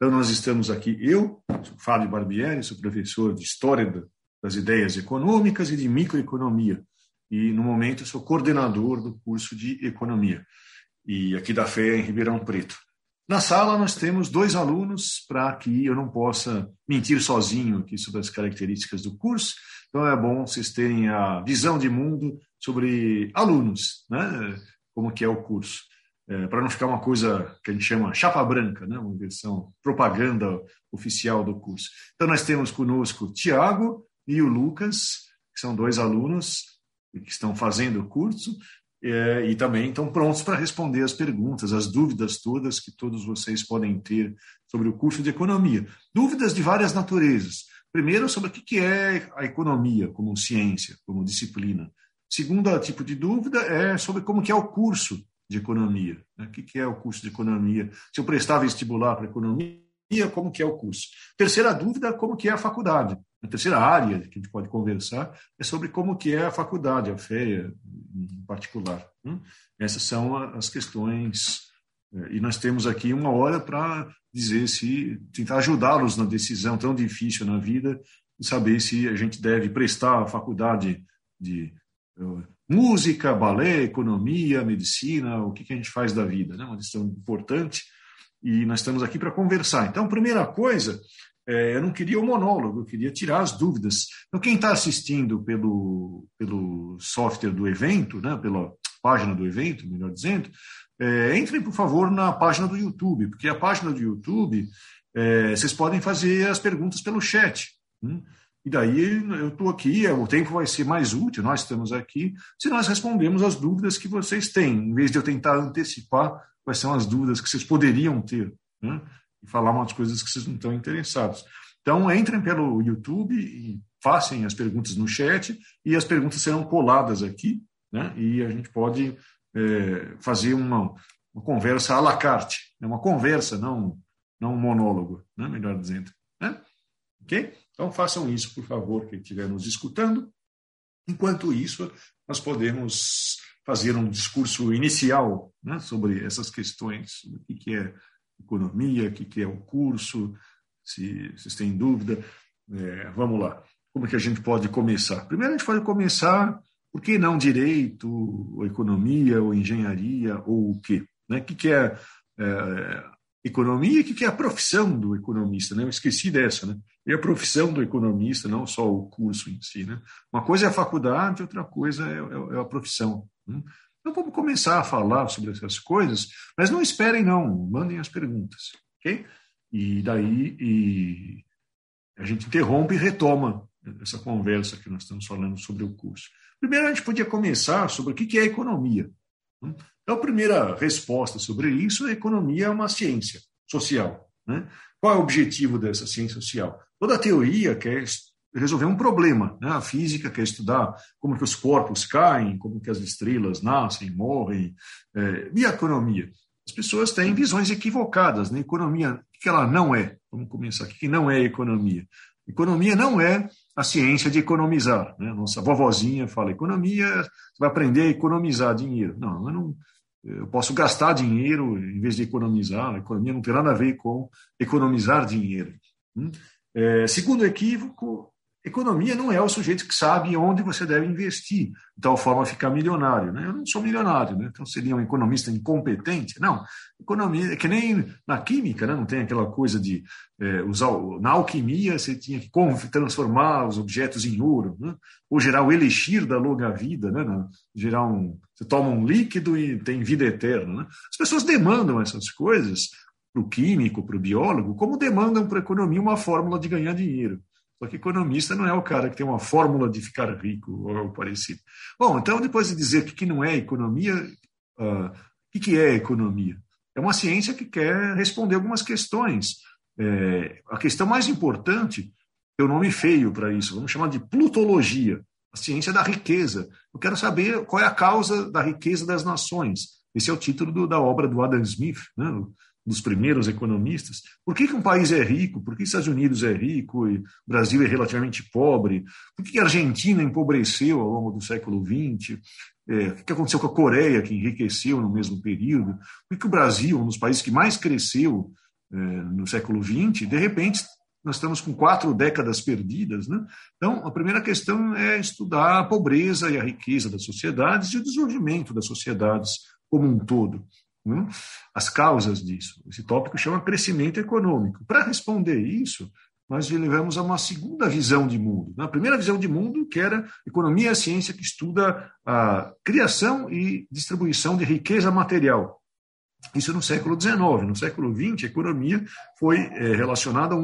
Então, nós estamos aqui, eu, sou Fábio Barbieri, sou professor de História das Ideias Econômicas e de Microeconomia. E, no momento, eu sou coordenador do curso de Economia, e aqui da FEA, em Ribeirão Preto. Na sala, nós temos 2 alunos, para que eu não possa mentir sozinho aqui sobre as características do curso. Então, é bom vocês terem a visão de mundo sobre alunos, né? Como que é o curso. Para não ficar uma coisa que a gente chama chapa branca, né? Uma versão propaganda oficial do curso. Então, nós temos conosco o Tiago e o Lucas, que são 2 alunos que estão fazendo o curso e também estão prontos para responder as perguntas, as dúvidas todas que todos vocês podem ter sobre o curso de Economia. Dúvidas de várias naturezas. Primeiro, sobre o que é a economia como ciência, como disciplina. Segundo tipo de dúvida é sobre como que é o curso de economia. Né? O que é o curso de economia? Se eu prestar vestibular para economia, como que é o curso? Terceira dúvida, como que é a faculdade? A terceira área que a gente pode conversar é sobre como que é a faculdade, a FEA em particular. Né? Essas são as questões, e nós temos aqui 1 hora para dizer tentar ajudá-los na decisão tão difícil na vida, de saber se a gente deve prestar a faculdade de música, balé, economia, medicina, o que a gente faz da vida, né? Uma questão importante, e nós estamos aqui para conversar. Então, primeira coisa, eu não queria o monólogo, eu queria tirar as dúvidas. Então, quem está assistindo pelo software do evento, né? Pela página do evento, melhor dizendo, entrem, por favor, na página do YouTube, porque a página do YouTube, vocês podem fazer as perguntas pelo chat. E daí eu estou aqui, o tempo vai ser mais útil, nós estamos aqui, se nós respondemos as dúvidas que vocês têm, em vez de eu tentar antecipar quais são as dúvidas que vocês poderiam ter, né? E falar umas coisas que vocês não estão interessados. Então, entrem pelo YouTube e façam as perguntas no chat, e as perguntas serão coladas aqui, né? E a gente pode fazer uma conversa à la carte, né? Uma conversa, não um monólogo, né? Melhor dizendo. Né? Ok? Então, façam isso, por favor, quem estiver nos escutando. Enquanto isso, nós podemos fazer um discurso inicial, né, sobre essas questões, sobre o que é economia, o que é o curso, se vocês têm dúvida. Vamos lá. Como que a gente pode começar? Primeiro, a gente pode começar, por que não direito, ou economia, ou engenharia, ou o quê? Né? O que é economia e o que é a profissão do economista? Né? Eu esqueci dessa, né? E a profissão do economista, não só o curso em si. Né? Uma coisa é a faculdade, outra coisa é a profissão. Então, vamos começar a falar sobre essas coisas, mas não esperem, não. Mandem as perguntas. Ok? E daí a gente interrompe e retoma essa conversa que nós estamos falando sobre o curso. Primeiro, a gente podia começar sobre o que é economia. Então, a primeira resposta sobre isso é a economia é uma ciência social. Né? Qual é o objetivo dessa ciência social? Toda a teoria quer resolver um problema. Né? A física quer estudar como que os corpos caem, como que as estrelas nascem, morrem. E a economia? As pessoas têm visões equivocadas. Né? Economia, o que ela não é? Vamos começar aqui. O que não é economia? Economia não é a ciência de economizar. Né? Nossa vovozinha fala, economia, você vai aprender a economizar dinheiro. Não, eu posso gastar dinheiro em vez de economizar. A economia não tem nada a ver com economizar dinheiro. Segundo equívoco, economia não é o sujeito que sabe onde você deve investir, de tal forma a ficar milionário. Né? Eu não sou milionário, né? Então seria um economista incompetente. Não, economia é que nem na química, né? Não tem aquela coisa de na alquimia você tinha que transformar os objetos em ouro, né? Ou gerar o elixir da longa vida, né? Você toma um líquido e tem vida eterna. Né? As pessoas demandam essas coisas para o químico, para o biólogo, como demandam para a economia uma fórmula de ganhar dinheiro. Só que economista não é o cara que tem uma fórmula de ficar rico ou algo parecido. Bom, então, depois de dizer o que não é economia, o que é economia? É uma ciência que quer responder algumas questões. A questão mais importante, tem um nome feio para isso, vamos chamar de plutologia, a ciência da riqueza. Eu quero saber qual é a causa da riqueza das nações. Esse é o título da obra do Adam Smith, né? Dos primeiros economistas. Por que um país é rico? Por que Estados Unidos é rico e o Brasil é relativamente pobre? Por que a Argentina empobreceu ao longo do século XX? O que aconteceu com a Coreia, que enriqueceu no mesmo período? Por que o Brasil, um dos países que mais cresceu no século XX, de repente nós estamos com 4 décadas perdidas, né? Então, a primeira questão é estudar a pobreza e a riqueza das sociedades e o desenvolvimento das sociedades como um todo, né? As causas disso. Esse tópico chama crescimento econômico. Para responder isso, nós levamos a uma segunda visão de mundo. A primeira visão de mundo, que era economia e a ciência, que estuda a criação e distribuição de riqueza material. Isso no século XIX. No século XX, a economia foi relacionada a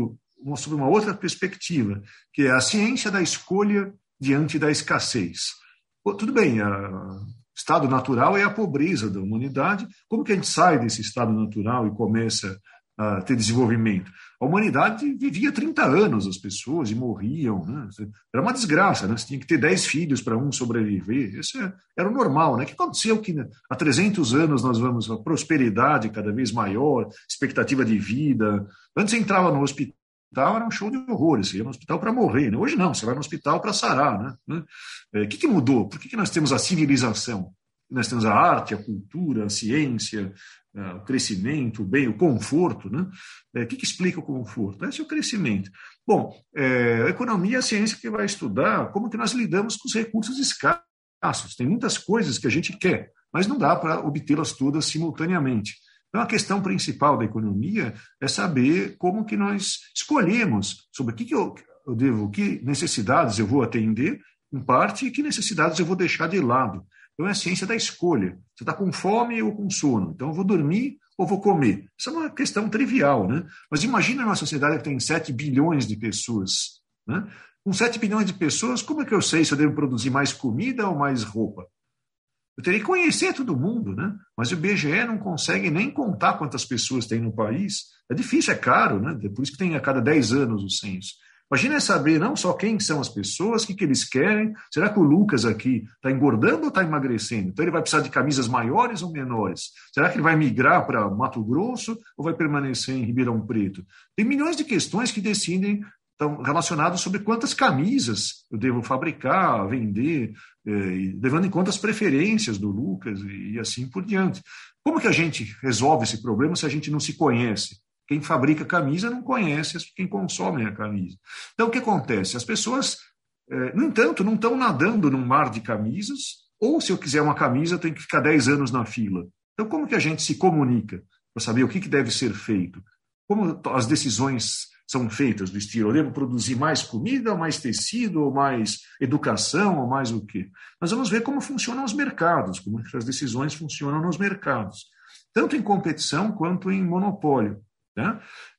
sob uma outra perspectiva, que é a ciência da escolha diante da escassez. Tudo bem, o estado natural é a pobreza da humanidade. Como que a gente sai desse estado natural e começa a ter desenvolvimento? A humanidade vivia 30 anos, as pessoas, e morriam, né? Era uma desgraça, né? Você tinha que ter 10 filhos para um sobreviver. Isso era o normal, né? O que aconteceu que, né, há 300 anos nós vamos a prosperidade cada vez maior, expectativa de vida. Antes você entrava no hospital, era um show de horrores, você ia no hospital para morrer, né? Hoje não, você vai no hospital para sarar, né? O que mudou? Por que nós temos a civilização? Nós temos a arte, a cultura, a ciência, o crescimento, o bem, o conforto, né? O que explica o conforto? Esse é o crescimento. Bom, a economia é a ciência que vai estudar como que nós lidamos com os recursos escassos. Tem muitas coisas que a gente quer, mas não dá para obtê-las todas simultaneamente. Então, a questão principal da economia é saber como que nós escolhemos sobre o que eu devo, que necessidades eu vou atender, em parte, e que necessidades eu vou deixar de lado. Então, é a ciência da escolha. Você está com fome ou com sono? Então, eu vou dormir ou vou comer? Isso é uma questão trivial, né? Mas imagina uma sociedade que tem 7 bilhões de pessoas, né? Com 7 bilhões de pessoas, como é que eu sei se eu devo produzir mais comida ou mais roupa? Eu teria que conhecer todo mundo, né? Mas o IBGE não consegue nem contar quantas pessoas tem no país. É difícil, é caro, né? É por isso que tem a cada 10 anos o censo. Imagina saber não só quem são as pessoas, o que eles querem. Será que o Lucas aqui está engordando ou está emagrecendo? Então ele vai precisar de camisas maiores ou menores? Será que ele vai migrar para Mato Grosso ou vai permanecer em Ribeirão Preto? Tem milhões de questões que decidem, estão relacionadas sobre quantas camisas eu devo fabricar, vender, levando em conta as preferências do Lucas e assim por diante. Como que a gente resolve esse problema se a gente não se conhece? Quem fabrica camisa não conhece quem consome a camisa. Então, o que acontece? As pessoas, no entanto, não estão nadando num mar de camisas, ou se eu quiser uma camisa, eu tenho que ficar 10 anos na fila. Então, como que a gente se comunica para saber o que deve ser feito? Como as decisões são feitas do estilo, eu devo produzir mais comida, ou mais tecido, ou mais educação, ou mais o quê? Nós vamos ver como funcionam os mercados, como as decisões funcionam nos mercados, tanto em competição quanto em monopólio. Né?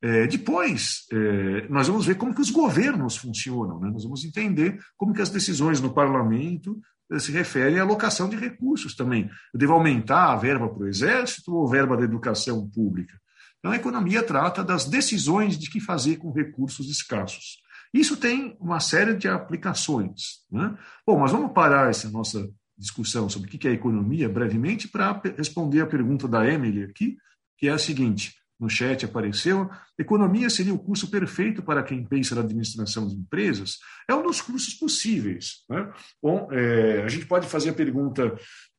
Depois, nós vamos ver como que os governos funcionam, né? Nós vamos entender como que as decisões no parlamento se referem à alocação de recursos também. Eu devo aumentar a verba para o exército ou a verba da educação pública? Então, a economia trata das decisões de que fazer com recursos escassos. Isso tem uma série de aplicações, né? Bom, mas vamos parar essa nossa discussão sobre o que é economia brevemente para responder a pergunta da Emily aqui, que é a seguinte: no chat apareceu, economia seria o curso perfeito para quem pensa na administração de empresas? É um dos cursos possíveis, né? Bom, a gente pode fazer a pergunta,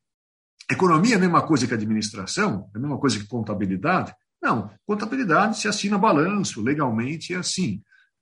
economia é a mesma coisa que administração? É a mesma coisa que contabilidade? Não, contabilidade se assina balanço, legalmente é assim.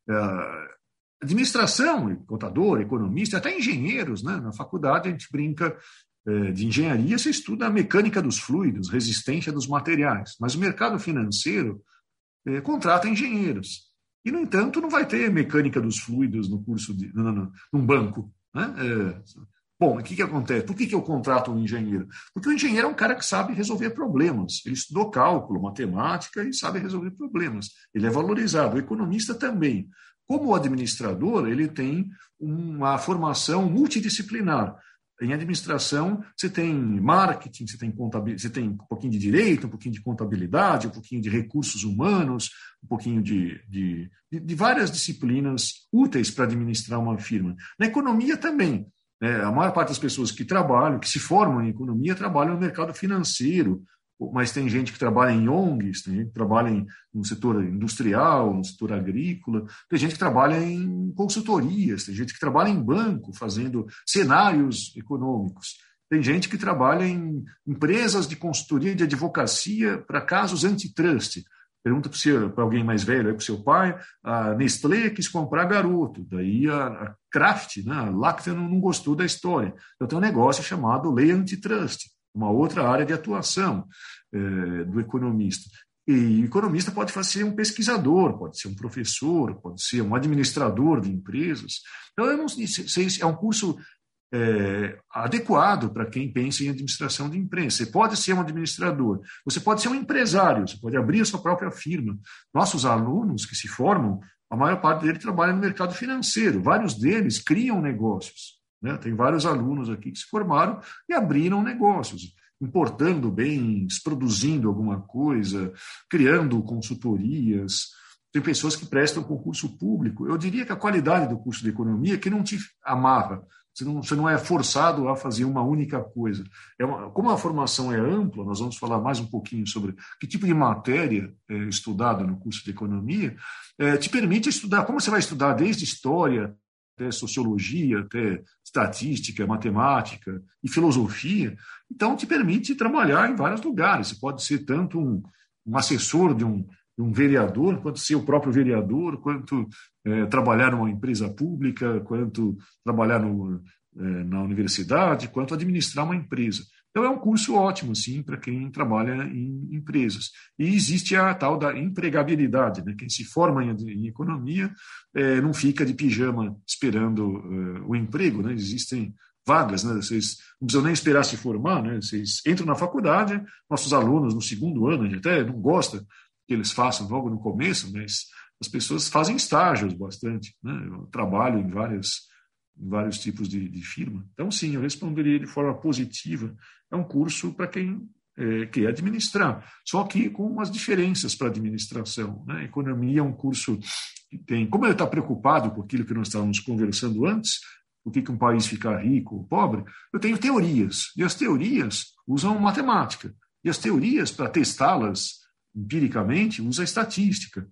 Administração, contador, economista, até engenheiros, né? Na faculdade a gente brinca de engenharia, você estuda a mecânica dos fluidos, resistência dos materiais, mas o mercado financeiro contrata engenheiros. E, no entanto, não vai ter mecânica dos fluidos no curso num banco, né? Bom, o que acontece? Por que eu contrato um engenheiro? Porque o engenheiro é um cara que sabe resolver problemas. Ele estudou cálculo, matemática e sabe resolver problemas. Ele é valorizado. O economista também. Como o administrador, ele tem uma formação multidisciplinar. Em administração, você tem marketing, você tem um pouquinho de direito, um pouquinho de contabilidade, um pouquinho de recursos humanos, um pouquinho de várias disciplinas úteis para administrar uma firma. Na economia também. A maior parte das pessoas que trabalham, que se formam em economia, trabalham no mercado financeiro, mas tem gente que trabalha em ONGs, tem gente que trabalha no setor industrial, no setor agrícola, tem gente que trabalha em consultorias, tem gente que trabalha em banco, fazendo cenários econômicos, tem gente que trabalha em empresas de consultoria e de advocacia para casos antitrust. pergunta para alguém mais velho, para o seu pai, a Nestlé quis comprar Garoto, daí a Kraft, né, a Lacta não gostou da história. Então tem um negócio chamado lei antitrust, uma outra área de atuação do economista. E o economista pode ser um pesquisador, pode ser um professor, pode ser um administrador de empresas. Então, eu não sei se é um curso adequado para quem pensa em administração de empresa. Você pode ser um administrador, você pode ser um empresário, você pode abrir a sua própria firma. Nossos alunos que se formam, a maior parte deles trabalha no mercado financeiro, vários deles criam negócios. Né? Tem vários alunos aqui que se formaram e abriram negócios, importando bens, produzindo alguma coisa, criando consultorias. Tem pessoas que prestam concurso público. Eu diria que a qualidade do curso de economia é que não te amarra. Você não é forçado a fazer uma única coisa. Como a formação é ampla, nós vamos falar mais um pouquinho sobre que tipo de matéria é estudada no curso de economia, te permite estudar, como você vai estudar desde história, até sociologia, até estatística, matemática e filosofia, então te permite trabalhar em vários lugares. Você pode ser tanto um assessor de um vereador, quanto ser o próprio vereador, quanto trabalhar numa empresa pública, quanto trabalhar na universidade, quanto administrar uma empresa. Então, é um curso ótimo, sim, para quem trabalha em empresas. E existe a tal da empregabilidade, né? Quem se forma em economia não fica de pijama esperando o emprego, né? Existem vagas, né? Vocês não precisam nem esperar se formar, né? Vocês entram na faculdade, nossos alunos no segundo ano, a gente até não gosta que eles façam logo no começo, mas as pessoas fazem estágios bastante, né? Eu trabalho em vários tipos de firma. Então, sim, eu responderia de forma positiva. É um curso para quem quer administrar, só que com umas diferenças para a administração. Né? Economia é um curso que tem... Como ele está preocupado com aquilo que nós estávamos conversando antes, por que um país fica rico ou pobre, eu tenho teorias, e as teorias usam matemática, e as teorias, para testá-las empiricamente, usa estatística,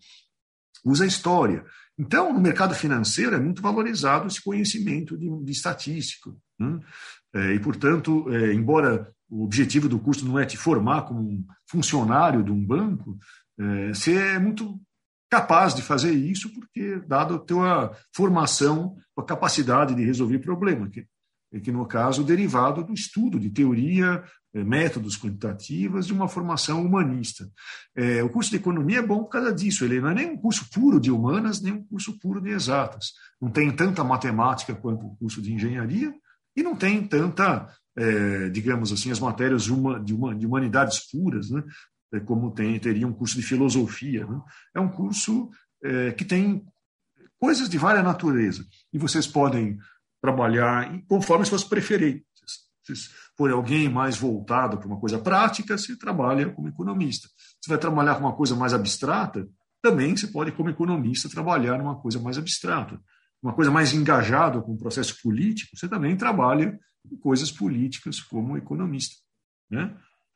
usa história. Então, no mercado financeiro é muito valorizado esse conhecimento de estatístico. Né? E, portanto, embora o objetivo do curso não é te formar como um funcionário de um banco, você é muito capaz de fazer isso porque, dado a tua formação, a capacidade de resolver problemas, que no caso, derivado do estudo de teoria, métodos quantitativos, de uma formação humanista. O curso de economia é bom por causa disso, ele não é nem um curso puro de humanas, nem um curso puro de exatas. Não tem tanta matemática quanto o curso de engenharia e não tem tanta, digamos assim, as matérias de humanidades puras, né? Como teria um curso de filosofia. Né? É um curso que tem coisas de várias natureza e vocês podem trabalhar conforme suas preferências. Se for alguém mais voltado para uma coisa prática, você trabalha como economista. Se vai trabalhar com uma coisa mais abstrata, também você pode, como economista, trabalhar numa coisa mais abstrata. Uma coisa mais engajada com o processo político, você também trabalha em coisas políticas como economista. Né?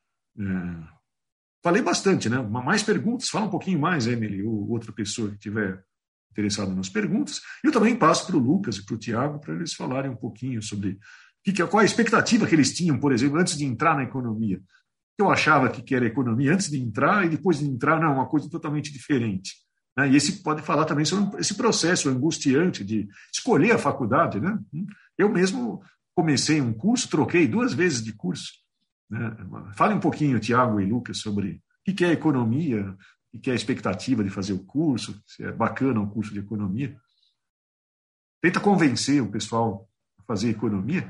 Falei bastante, né? Mais perguntas? Fala um pouquinho mais, Emily, ou outra pessoa que tiver interessado nas perguntas. Eu também passo para o Lucas e para o Tiago para eles falarem um pouquinho sobre qual a expectativa que eles tinham, por exemplo, antes de entrar na economia. Eu achava que era economia antes de entrar e depois de entrar, não, uma coisa totalmente diferente. Né? E esse pode falar também sobre esse processo angustiante de escolher a faculdade. Né? Eu mesmo comecei um curso, troquei 2 vezes de curso. Né? Fale um pouquinho, Tiago e Lucas, sobre o que é economia, o que é a expectativa de fazer o curso, se é bacana o curso de economia. Tenta convencer o pessoal a fazer economia.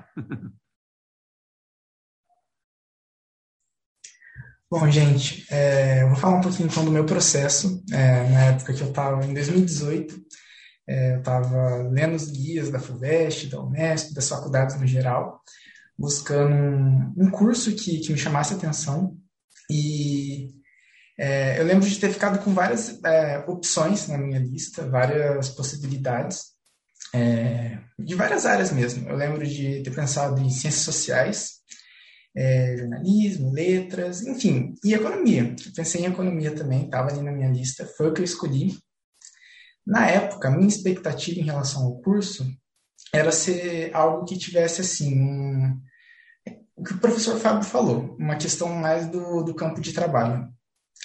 Bom, gente, eu vou falar um pouquinho então do meu processo. Na época que eu estava, em 2018, eu estava lendo os guias da FUVEST, da Unesp, das faculdades no geral, buscando um curso que me chamasse a atenção. E eu lembro de ter ficado com várias opções na minha lista, várias possibilidades, de várias áreas mesmo. Eu lembro de ter pensado em ciências sociais, jornalismo, letras, enfim, e economia. Eu pensei em economia também, estava ali na minha lista, foi o que eu escolhi. Na época, a minha expectativa em relação ao curso era ser algo que tivesse, assim, o que o professor Fábio falou, uma questão mais do campo de trabalho.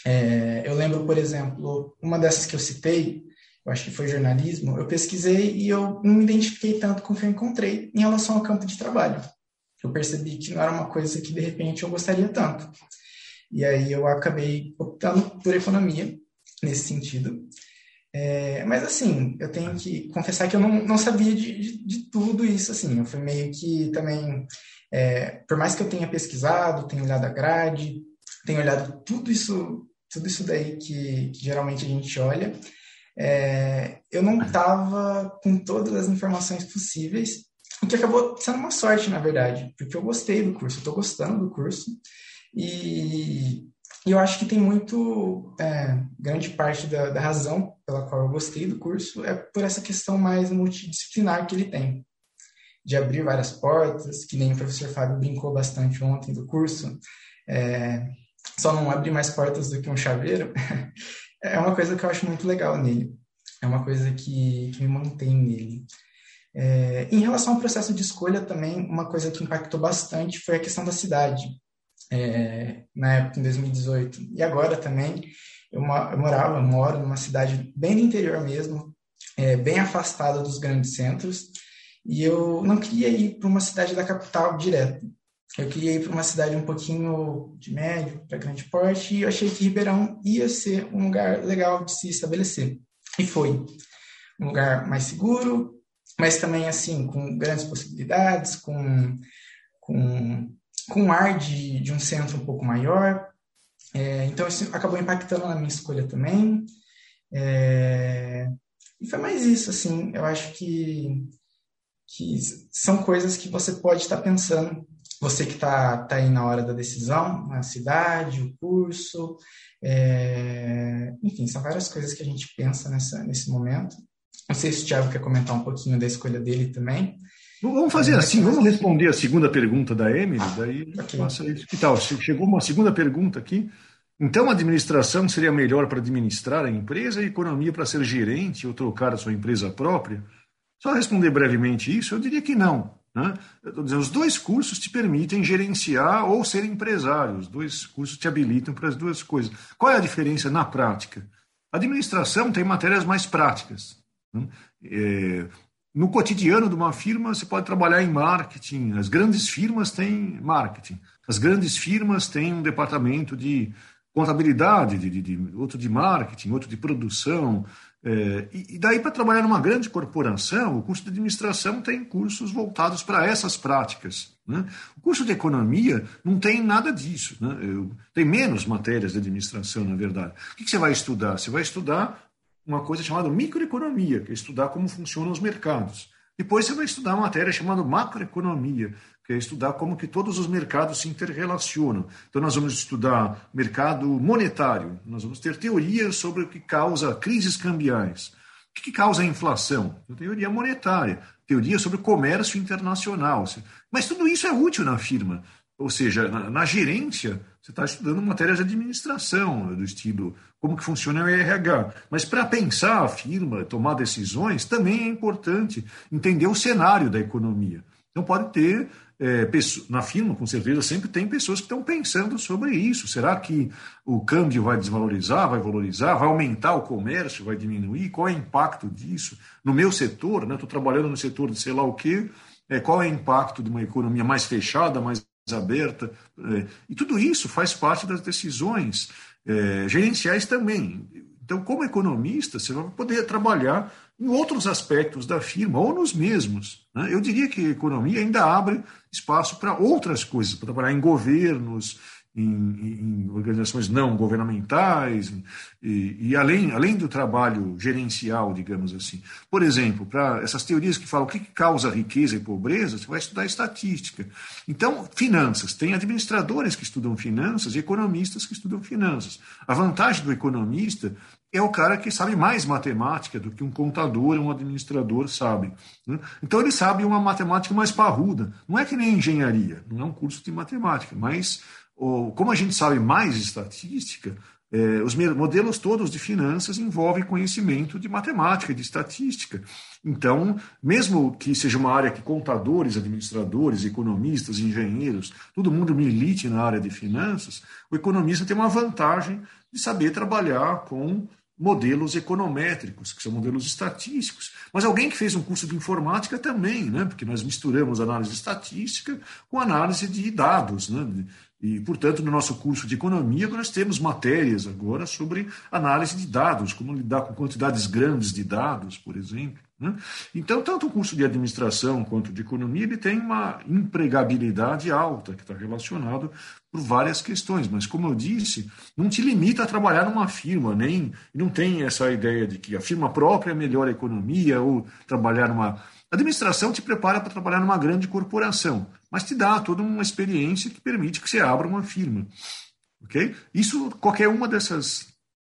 Eu lembro, por exemplo, uma dessas que eu citei, eu acho que foi jornalismo, eu pesquisei e eu não me identifiquei tanto com o que eu encontrei em relação ao campo de trabalho. Eu percebi que não era uma coisa que, de repente, eu gostaria tanto. E aí eu acabei optando por economia, nesse sentido. Mas, assim, eu tenho que confessar que eu não sabia de tudo isso, assim. Eu fui meio que também, por mais que eu tenha pesquisado, tenha olhado a grade, tenha olhado tudo isso daí que geralmente a gente olha, eu não estava com todas as informações possíveis, o que acabou sendo uma sorte, na verdade, porque eu gostei do curso, eu estou gostando do curso, e eu acho que tem muito, grande parte da razão pela qual eu gostei do curso é por essa questão mais multidisciplinar que ele tem, de abrir várias portas, que nem o professor Fábio brincou bastante ontem do curso, é, só não abrir mais portas do que um chaveiro, é uma coisa que eu acho muito legal nele. É uma coisa que me mantém nele. Em relação ao processo de escolha também, uma coisa que impactou bastante foi a questão da cidade. Na época, em 2018. E agora também, eu moro numa cidade bem do interior mesmo, bem afastada dos grandes centros, e eu não queria ir para uma cidade da capital direto. Eu queria ir para uma cidade um pouquinho de médio para grande porte, e eu achei que Ribeirão ia ser um lugar legal de se estabelecer. E foi um lugar mais seguro, mas também assim com grandes possibilidades, com, com um ar de um centro um pouco maior. Então isso acabou impactando na minha escolha também. E foi mais isso, assim. Eu acho que são coisas que você pode estar pensando, você que está aí na hora da decisão, na cidade, o curso, enfim, são várias coisas que a gente pensa nesse momento. Não sei se o Thiago quer comentar um pouquinho da escolha dele também. Vamos fazer assim, vamos responder a segunda pergunta da Emily, daí Ok. faça isso. Que tal? Chegou uma segunda pergunta aqui. Então, a administração seria melhor para administrar a empresa e a economia para ser gerente ou trocar a sua empresa própria? Só responder brevemente isso, eu diria que não. Né? Eu tô dizendo, os dois cursos te permitem gerenciar ou ser empresário. Os dois cursos te habilitam para as duas coisas. Qual é a diferença na prática? A administração tem matérias mais práticas. Né? No cotidiano de uma firma, você pode trabalhar em marketing. As grandes firmas têm marketing. As grandes firmas têm um departamento de contabilidade, outro de marketing, outro de produção. E daí, para trabalhar numa grande corporação, o curso de administração tem cursos voltados para essas práticas. Né? O curso de economia não tem nada disso. Né? Tem menos matérias de administração, na verdade. O que você vai estudar? Você vai estudar uma coisa chamada microeconomia, que é estudar como funcionam os mercados. Depois você vai estudar uma matéria chamada macroeconomia, que é estudar como que todos os mercados se interrelacionam. Então nós vamos estudar mercado monetário, nós vamos ter teorias sobre o que causa crises cambiais. O que causa a inflação? Teoria monetária, teoria sobre o comércio internacional. Mas tudo isso é útil na firma. Ou seja, na gerência, você está estudando matérias de administração, do estilo como que funciona o RH. Mas para pensar a firma, tomar decisões, também é importante entender o cenário da economia. Então pode ter, na firma, com certeza, sempre tem pessoas que estão pensando sobre isso. Será que o câmbio vai desvalorizar, vai valorizar, vai aumentar o comércio, vai diminuir? Qual é o impacto disso? No meu setor, estou trabalhando no setor de sei lá o quê, qual é o impacto de uma economia mais fechada, mais aberta? E tudo isso faz parte das decisões gerenciais também. Então, como economista, você vai poder trabalhar em outros aspectos da firma, ou nos mesmos. Né? Eu diria que a economia ainda abre espaço para outras coisas, para trabalhar em governos, em organizações não governamentais, e além do trabalho gerencial, digamos assim. Por exemplo, para essas teorias que falam o que causa riqueza e pobreza, você vai estudar estatística. Então, finanças. Tem administradores que estudam finanças e economistas que estudam finanças. A vantagem do economista é o cara que sabe mais matemática do que um contador ou um administrador sabe. Né? Então ele sabe uma matemática mais parruda. Não é que nem engenharia, não é um curso de matemática, mas como a gente sabe mais estatística, os modelos todos de finanças envolvem conhecimento de matemática, de estatística. Então, mesmo que seja uma área que contadores, administradores, economistas, engenheiros, todo mundo milite na área de finanças, o economista tem uma vantagem de saber trabalhar com modelos econométricos, que são modelos estatísticos. Mas alguém que fez um curso de informática também, né? Porque nós misturamos análise estatística com análise de dados, né? E, portanto, no nosso curso de economia, nós temos matérias agora sobre análise de dados, como lidar com quantidades grandes de dados, por exemplo, né? Então, tanto o curso de administração quanto de economia, ele tem uma empregabilidade alta, que está relacionado por várias questões. Mas, como eu disse, não te limita a trabalhar numa firma, nem não tem essa ideia de que a firma própria é melhor a economia ou trabalhar numa... A administração te prepara para trabalhar numa grande corporação, mas te dá toda uma experiência que permite que você abra uma firma. Okay? Isso, qualquer uma dessas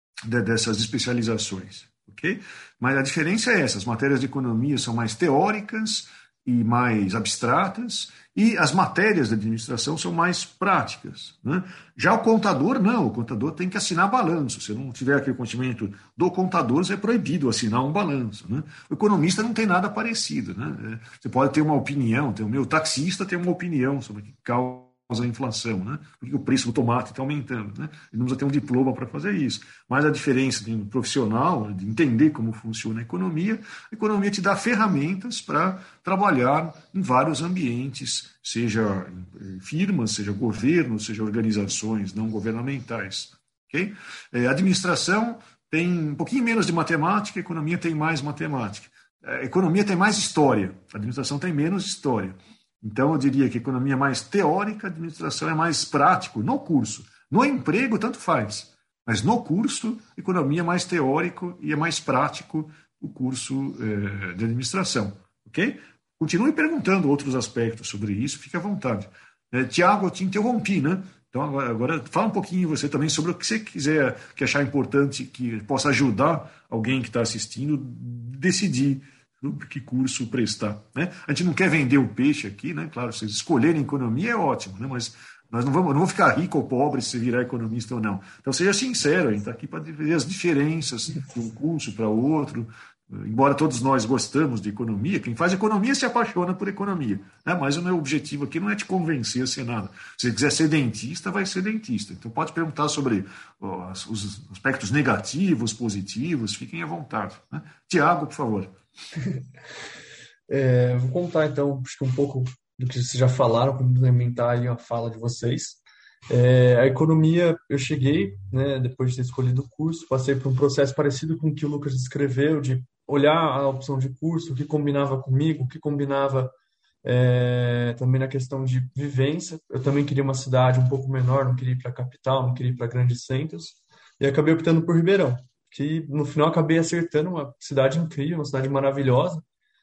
especializações. Okay? Mas a diferença é essa: as matérias de economia são mais teóricas e mais abstratas, e as matérias da administração são mais práticas, né? Já o contador, não. O contador tem que assinar balanço. Se não tiver aquele conhecimento do contador, é proibido assinar um balanço, né? O economista não tem nada parecido, né? Você pode ter uma opinião, o meu taxista tem uma opinião sobre o que causa a inflação, né? Porque o preço do tomate está aumentando, né? Ele não precisa ter um diploma para fazer isso. Mas a diferença de um profissional, de entender como funciona a economia te dá ferramentas para trabalhar em vários ambientes, seja firmas, seja governos, seja organizações não governamentais. Okay? A administração tem um pouquinho menos de matemática, a economia tem mais matemática. A economia tem mais história, a administração tem menos história. Então, eu diria que a economia é mais teórica, a administração é mais prático no curso. No emprego, tanto faz. Mas no curso, economia é mais teórico e é mais prático o curso de administração. Ok? Continue perguntando outros aspectos sobre isso, fique à vontade. Tiago, eu te interrompi, né? Então, agora fala um pouquinho você também sobre o que você quiser, que achar importante, que possa ajudar alguém que está assistindo a decidir que curso prestar, né? A gente não quer vender o peixe aqui, né? Claro, vocês escolherem economia é ótimo, né? Mas nós não vamos ficar rico ou pobre se virar economista ou não. Então seja sincero, a gente está aqui para ver as diferenças de um curso para outro. Embora todos nós gostamos de economia, quem faz economia se apaixona por economia, né? Mas o meu objetivo aqui não é te convencer a ser nada. Se você quiser ser dentista, vai ser dentista. Então pode perguntar sobre os aspectos negativos, positivos, fiquem à vontade, né? Tiago, por favor. Vou contar então, acho que um pouco do que vocês já falaram, complementar aí a fala de vocês. A economia, eu cheguei, né, depois de ter escolhido o curso, passei por um processo parecido com o que o Lucas descreveu, de olhar a opção de curso, o que combinava comigo, o que combinava também na questão de vivência. Eu também queria uma cidade um pouco menor, não queria ir para a capital, não queria ir para grandes centros, e acabei optando por Ribeirão, que no final acabei acertando uma cidade incrível, uma cidade maravilhosa.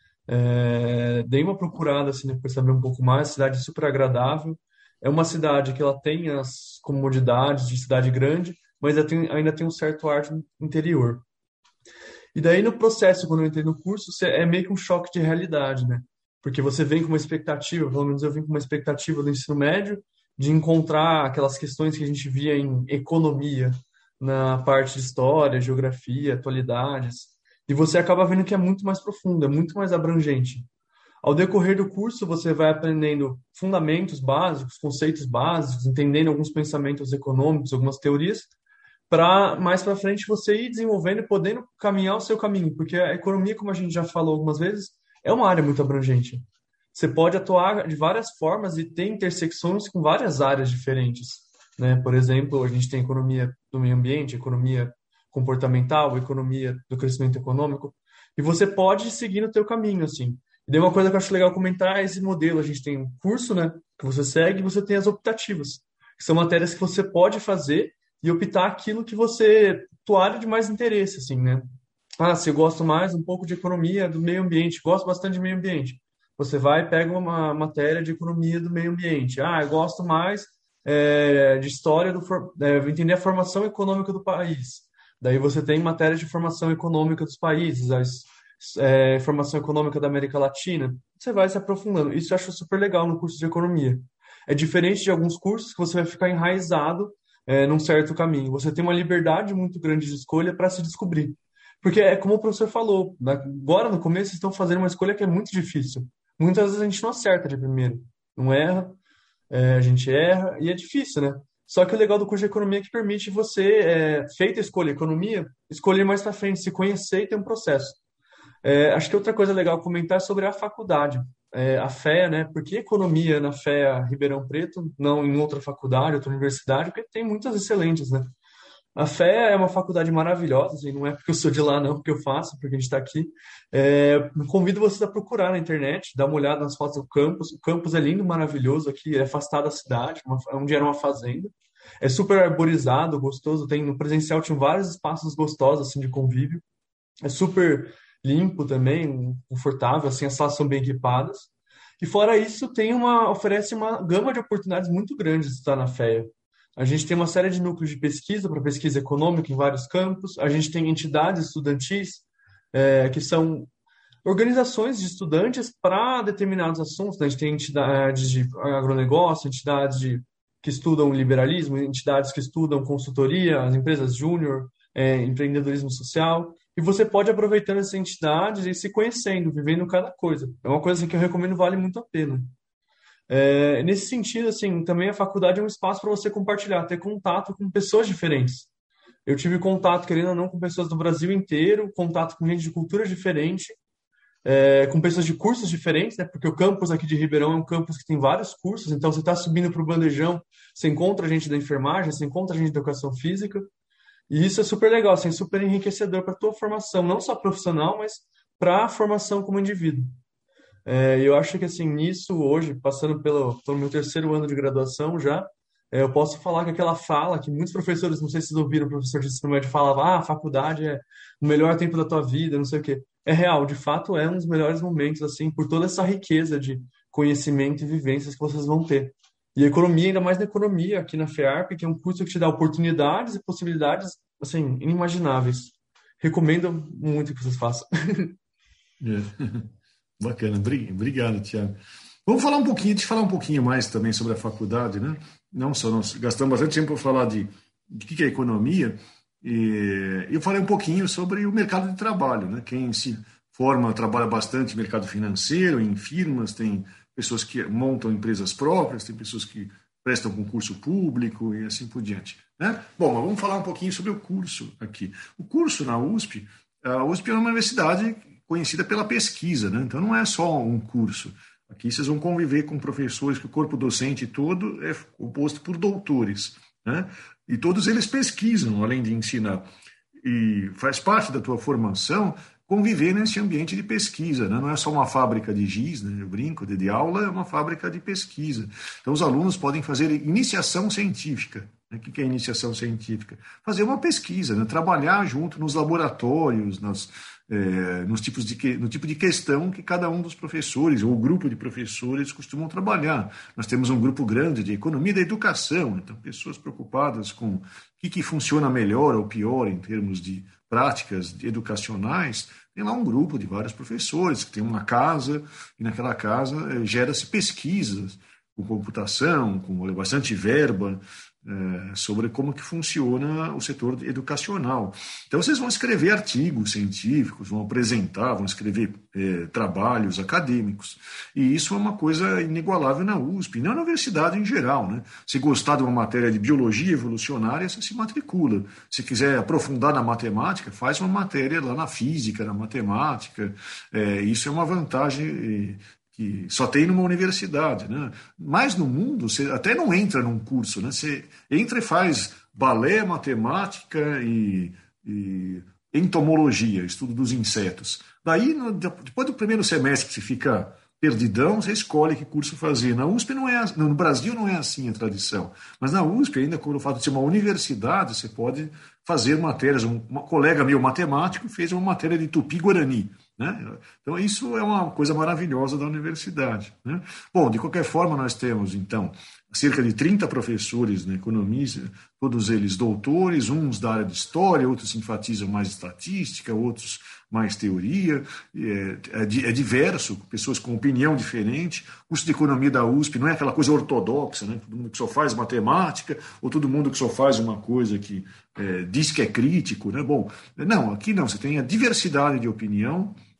Dei uma procurada assim, para saber um pouco mais, cidade super agradável. É uma cidade que ela tem as comodidades de cidade grande, mas ainda tem um certo ar de interior. E daí no processo, quando eu entrei no curso, é meio que um choque de realidade, né? Porque você vem com uma expectativa, pelo menos eu vim com uma expectativa do ensino médio, de encontrar aquelas questões que a gente via em economia, na parte de história, geografia, atualidades, e você acaba vendo que é muito mais profundo, é muito mais abrangente. Ao decorrer do curso, você vai aprendendo fundamentos básicos, conceitos básicos, entendendo alguns pensamentos econômicos, algumas teorias, para mais para frente você ir desenvolvendo e podendo caminhar o seu caminho, porque a economia, como a gente já falou algumas vezes, é uma área muito abrangente. Você pode atuar de várias formas e ter intersecções com várias áreas diferentes, né? Por exemplo, a gente tem economia do meio ambiente, economia comportamental, economia do crescimento econômico, e você pode seguir no teu caminho, assim. E daí uma coisa que eu acho legal comentar é esse modelo. A gente tem um curso, né, que você segue, e você tem as optativas, que são matérias que você pode fazer e optar aquilo que você, tua área de mais interesse, assim, né? Se eu gosto mais um pouco de economia do meio ambiente, gosto bastante de meio ambiente. Você vai e pega uma matéria de economia do meio ambiente. Eu gosto mais de história, entender a formação econômica do país. Daí você tem matéria de formação econômica dos países, formação econômica da América Latina. Você vai se aprofundando. Isso eu acho super legal no curso de economia. É diferente de alguns cursos que você vai ficar enraizado num certo caminho. Você tem uma liberdade muito grande de escolha para se descobrir. Porque é como o professor falou, agora no começo vocês estão fazendo uma escolha que é muito difícil. Muitas vezes a gente não acerta de primeiro, não erra, a gente erra, e é difícil, né? Só que o legal do curso de economia é que permite você, feita a escolha economia, escolher mais para frente, se conhecer e ter um processo. Acho que outra coisa legal comentar é sobre a faculdade. A FEA, né? Por que economia na FEA Ribeirão Preto, não em outra faculdade, outra universidade? Porque tem muitas excelentes, né? A FEA é uma faculdade maravilhosa, assim, não é porque eu sou de lá, não, porque eu faço, porque a gente está aqui. Convido vocês a procurar na internet, dar uma olhada nas fotos do campus. O campus é lindo, maravilhoso aqui, é afastado da cidade, onde era uma fazenda. É super arborizado, gostoso. No presencial tinha vários espaços gostosos assim de convívio. É super limpo também, confortável, assim, as salas são bem equipadas. E fora isso, oferece uma gama de oportunidades muito grande de estar na FEA. A gente tem uma série de núcleos de pesquisa para pesquisa econômica em vários campos. A gente tem entidades estudantis, que são organizações de estudantes para determinados assuntos, né? A gente tem entidades de agronegócio, que estudam liberalismo, entidades que estudam consultoria, as empresas júnior, empreendedorismo social. E você pode ir aproveitando essas entidades e se conhecendo, vivendo cada coisa. É uma coisa assim, que eu recomendo, vale muito a pena. Nesse sentido, assim, também a faculdade é um espaço para você compartilhar, ter contato com pessoas diferentes. Eu tive contato, querendo ou não, com pessoas do Brasil inteiro, contato com gente de cultura diferente, com pessoas de cursos diferentes, né? Porque o campus aqui de Ribeirão é um campus que tem vários cursos, então você está subindo para o bandejão, você encontra gente da enfermagem, você encontra gente da educação física, e isso é super legal, assim, super enriquecedor para a tua formação, não só profissional, mas para a formação como indivíduo. Eu acho que, assim, nisso, hoje, passando pelo meu terceiro ano de graduação já, eu posso falar que aquela fala que muitos professores, não sei se vocês ouviram, o professor de ensino médio falava, a faculdade é o melhor tempo da tua vida, não sei o quê. É real, de fato, é um dos melhores momentos, assim, por toda essa riqueza de conhecimento e vivências que vocês vão ter. E a economia, ainda mais na economia, aqui na FEARP, que é um curso que te dá oportunidades e possibilidades, assim, inimagináveis. Recomendo muito que vocês façam. Bacana, obrigado, Tiago. Vamos falar um pouquinho, te falar um pouquinho mais também sobre a faculdade, né? Não só nós gastamos bastante tempo para falar de que é economia, e eu falei um pouquinho sobre o mercado de trabalho, né? Quem se forma trabalha bastante no mercado financeiro, em firmas, tem pessoas que montam empresas próprias, tem pessoas que prestam concurso público e assim por diante, né? Bom, mas vamos falar um pouquinho sobre o curso aqui. O curso na USP, a USP é uma universidade conhecida pela pesquisa, né? Então não é só um curso. Aqui vocês vão conviver com professores, que o corpo docente todo é composto por doutores, né? E todos eles pesquisam, além de ensinar. E faz parte da tua formação conviver nesse ambiente de pesquisa, né? Não é só uma fábrica de giz, né? Eu brinco, de aula é uma fábrica de pesquisa. Então os alunos podem fazer iniciação científica. O que é iniciação científica? Fazer uma pesquisa, né? Trabalhar junto nos laboratórios, no tipo de questão que cada um dos professores ou grupo de professores costumam trabalhar. Nós temos um grupo grande de economia da educação, então pessoas preocupadas com o que funciona melhor ou pior em termos de práticas educacionais. Tem lá um grupo de vários professores que tem uma casa e naquela casa gera-se pesquisas com computação, com bastante verba, sobre como que funciona o setor educacional. Então, vocês vão escrever artigos científicos, vão apresentar, vão escrever trabalhos acadêmicos. E isso é uma coisa inigualável na USP, não na universidade em geral, né? Se gostar de uma matéria de biologia evolucionária, você se matricula. Se quiser aprofundar na matemática, faz uma matéria lá na física, na matemática. Isso é uma vantagem que só tem numa universidade, né? Mas no mundo, você até não entra num curso, né? Você entra e faz balé, matemática e entomologia, estudo dos insetos. Daí, depois do primeiro semestre que você fica perdidão, você escolhe que curso fazer. Na USP não é, no Brasil não é assim a tradição, mas na USP, ainda com o fato de ser uma universidade, você pode fazer matérias. Um colega meu matemático fez uma matéria de Tupi-Guarani, né? Então, isso é uma coisa maravilhosa da universidade, né? Bom, de qualquer forma, nós temos, então, cerca de 30 professores na economia, todos eles doutores, uns da área de história, outros enfatizam mais estatística, outros mais teoria, é diverso, pessoas com opinião diferente. O curso de economia da USP não é aquela coisa ortodoxa, né? Todo mundo que só faz matemática, ou todo mundo que só faz uma coisa que diz que é crítico, né? Bom, não, aqui não, você tem a diversidade de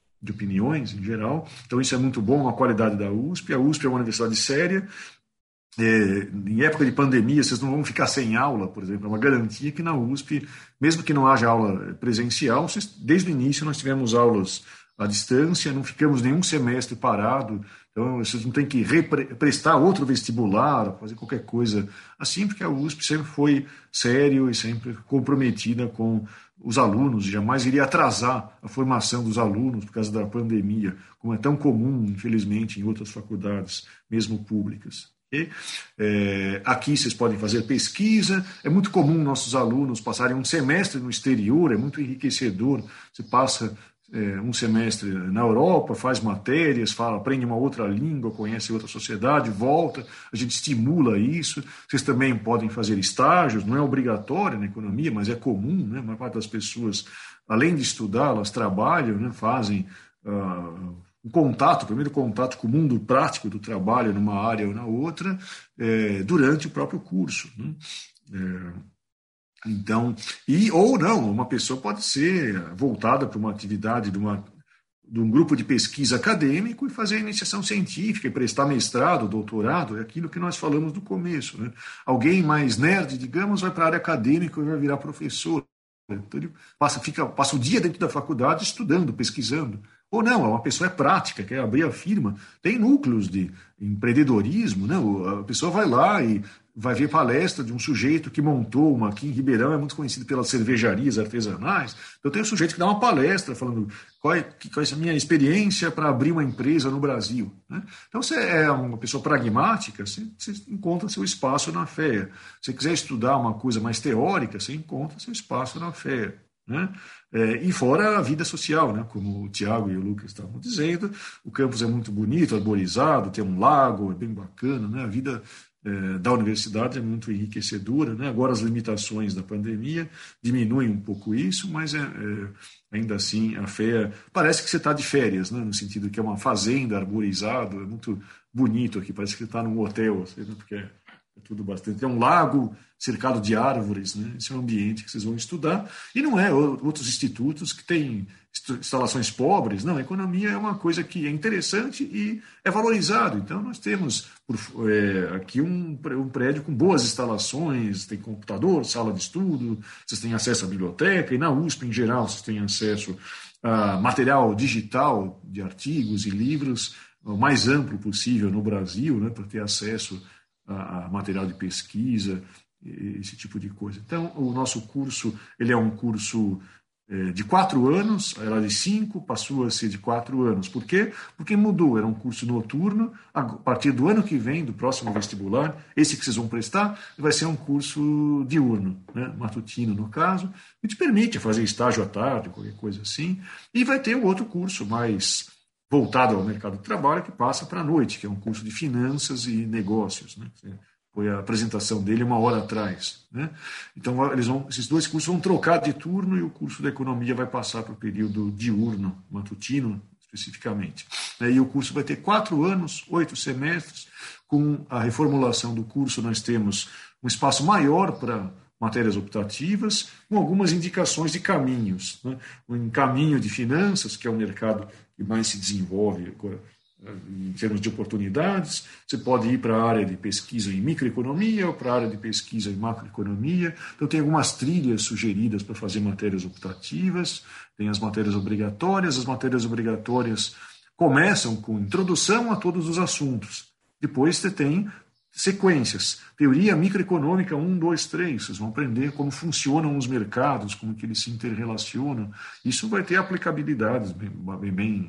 opiniões em geral, então isso é muito bom, a qualidade da USP. A USP é uma universidade séria, em época de pandemia, vocês não vão ficar sem aula, por exemplo. É uma garantia que na USP, mesmo que não haja aula presencial, desde o início nós tivemos aulas à distância, não ficamos nenhum semestre parado. Então, vocês não têm que prestar outro vestibular, fazer qualquer coisa assim, porque a USP sempre foi sério e sempre comprometida com os alunos, jamais iria atrasar a formação dos alunos por causa da pandemia, como é tão comum, infelizmente, em outras faculdades, mesmo públicas. Aqui vocês podem fazer pesquisa, é muito comum nossos alunos passarem um semestre no exterior, é muito enriquecedor. Você passa um semestre na Europa, faz matérias, aprende uma outra língua, conhece outra sociedade, volta, a gente estimula isso. Vocês também podem fazer estágios, não é obrigatório na economia, mas é comum, né? A maior parte das pessoas, além de estudar, elas trabalham, né? Fazem primeiro contato com o mundo prático do trabalho numa área ou na outra, durante o próprio curso, né? Então, ou não, uma pessoa pode ser voltada para uma atividade de um grupo de pesquisa acadêmico e fazer iniciação científica e prestar mestrado, doutorado, é aquilo que nós falamos no começo, né? Alguém mais nerd, digamos, vai para a área acadêmica e vai virar professor. Então ele passa o dia dentro da faculdade estudando, pesquisando. Ou não, uma pessoa é prática, quer abrir a firma. Tem núcleos de empreendedorismo, né? A pessoa vai lá e vai ver palestra de um sujeito que montou uma aqui em Ribeirão, é muito conhecido pelas cervejarias artesanais. Então tem um sujeito que dá uma palestra falando qual é a minha experiência para abrir uma empresa no Brasil, né? Então você é uma pessoa pragmática, você encontra seu espaço na FEA. Se você quiser estudar uma coisa mais teórica, você encontra seu espaço na FEA, né? E fora a vida social, né? Como o Tiago e o Lucas estavam dizendo, o campus é muito bonito, arborizado, tem um lago, é bem bacana, né? A vida da universidade é muito enriquecedora, né? Agora as limitações da pandemia diminuem um pouco isso, mas ainda assim a FEA parece que você está de férias, né? No sentido que é uma fazenda arborizada, é muito bonito aqui, parece que você está num hotel, assim, né? Porque é tudo bastante. É um lago cercado de árvores, né? Esse é um ambiente que vocês vão estudar. E não é outros institutos que têm instalações pobres. Não, a economia é uma coisa que é interessante e é valorizado. Então, nós temos aqui um prédio com boas instalações, tem computador, sala de estudo, vocês têm acesso à biblioteca, e na USP, em geral, vocês têm acesso a material digital de artigos e livros, o mais amplo possível no Brasil, né, para ter acesso a material de pesquisa, esse tipo de coisa. Então, o nosso curso, ele é um curso de 4 anos, era de 5, passou a ser de 4 anos. Por quê? Porque mudou, era um curso noturno, a partir do ano que vem, do próximo vestibular, esse que vocês vão prestar, vai ser um curso diurno, né? Matutino no caso, que te permite fazer estágio à tarde, qualquer coisa assim, e vai ter um outro curso mais voltado ao mercado de trabalho, que passa para a noite, que é um curso de finanças e negócios, né? Foi a apresentação dele 1 hora atrás, né? Então, esses 2 cursos vão trocar de turno e o curso da economia vai passar para o período diurno, matutino, especificamente. E o curso vai ter 4 anos, 8 semestres. Com a reformulação do curso, nós temos um espaço maior para matérias optativas, com algumas indicações de caminhos, né? Um caminho de finanças, que é o mercado que mais se desenvolve agora, em termos de oportunidades. Você pode ir para a área de pesquisa em microeconomia ou para a área de pesquisa em macroeconomia. Então, tem algumas trilhas sugeridas para fazer matérias optativas, tem as matérias obrigatórias. As matérias obrigatórias começam com introdução a todos os assuntos. Depois você tem sequências. Teoria microeconômica 1, 2, 3. Vocês vão aprender como funcionam os mercados, como que eles se interrelacionam. Isso vai ter aplicabilidades bem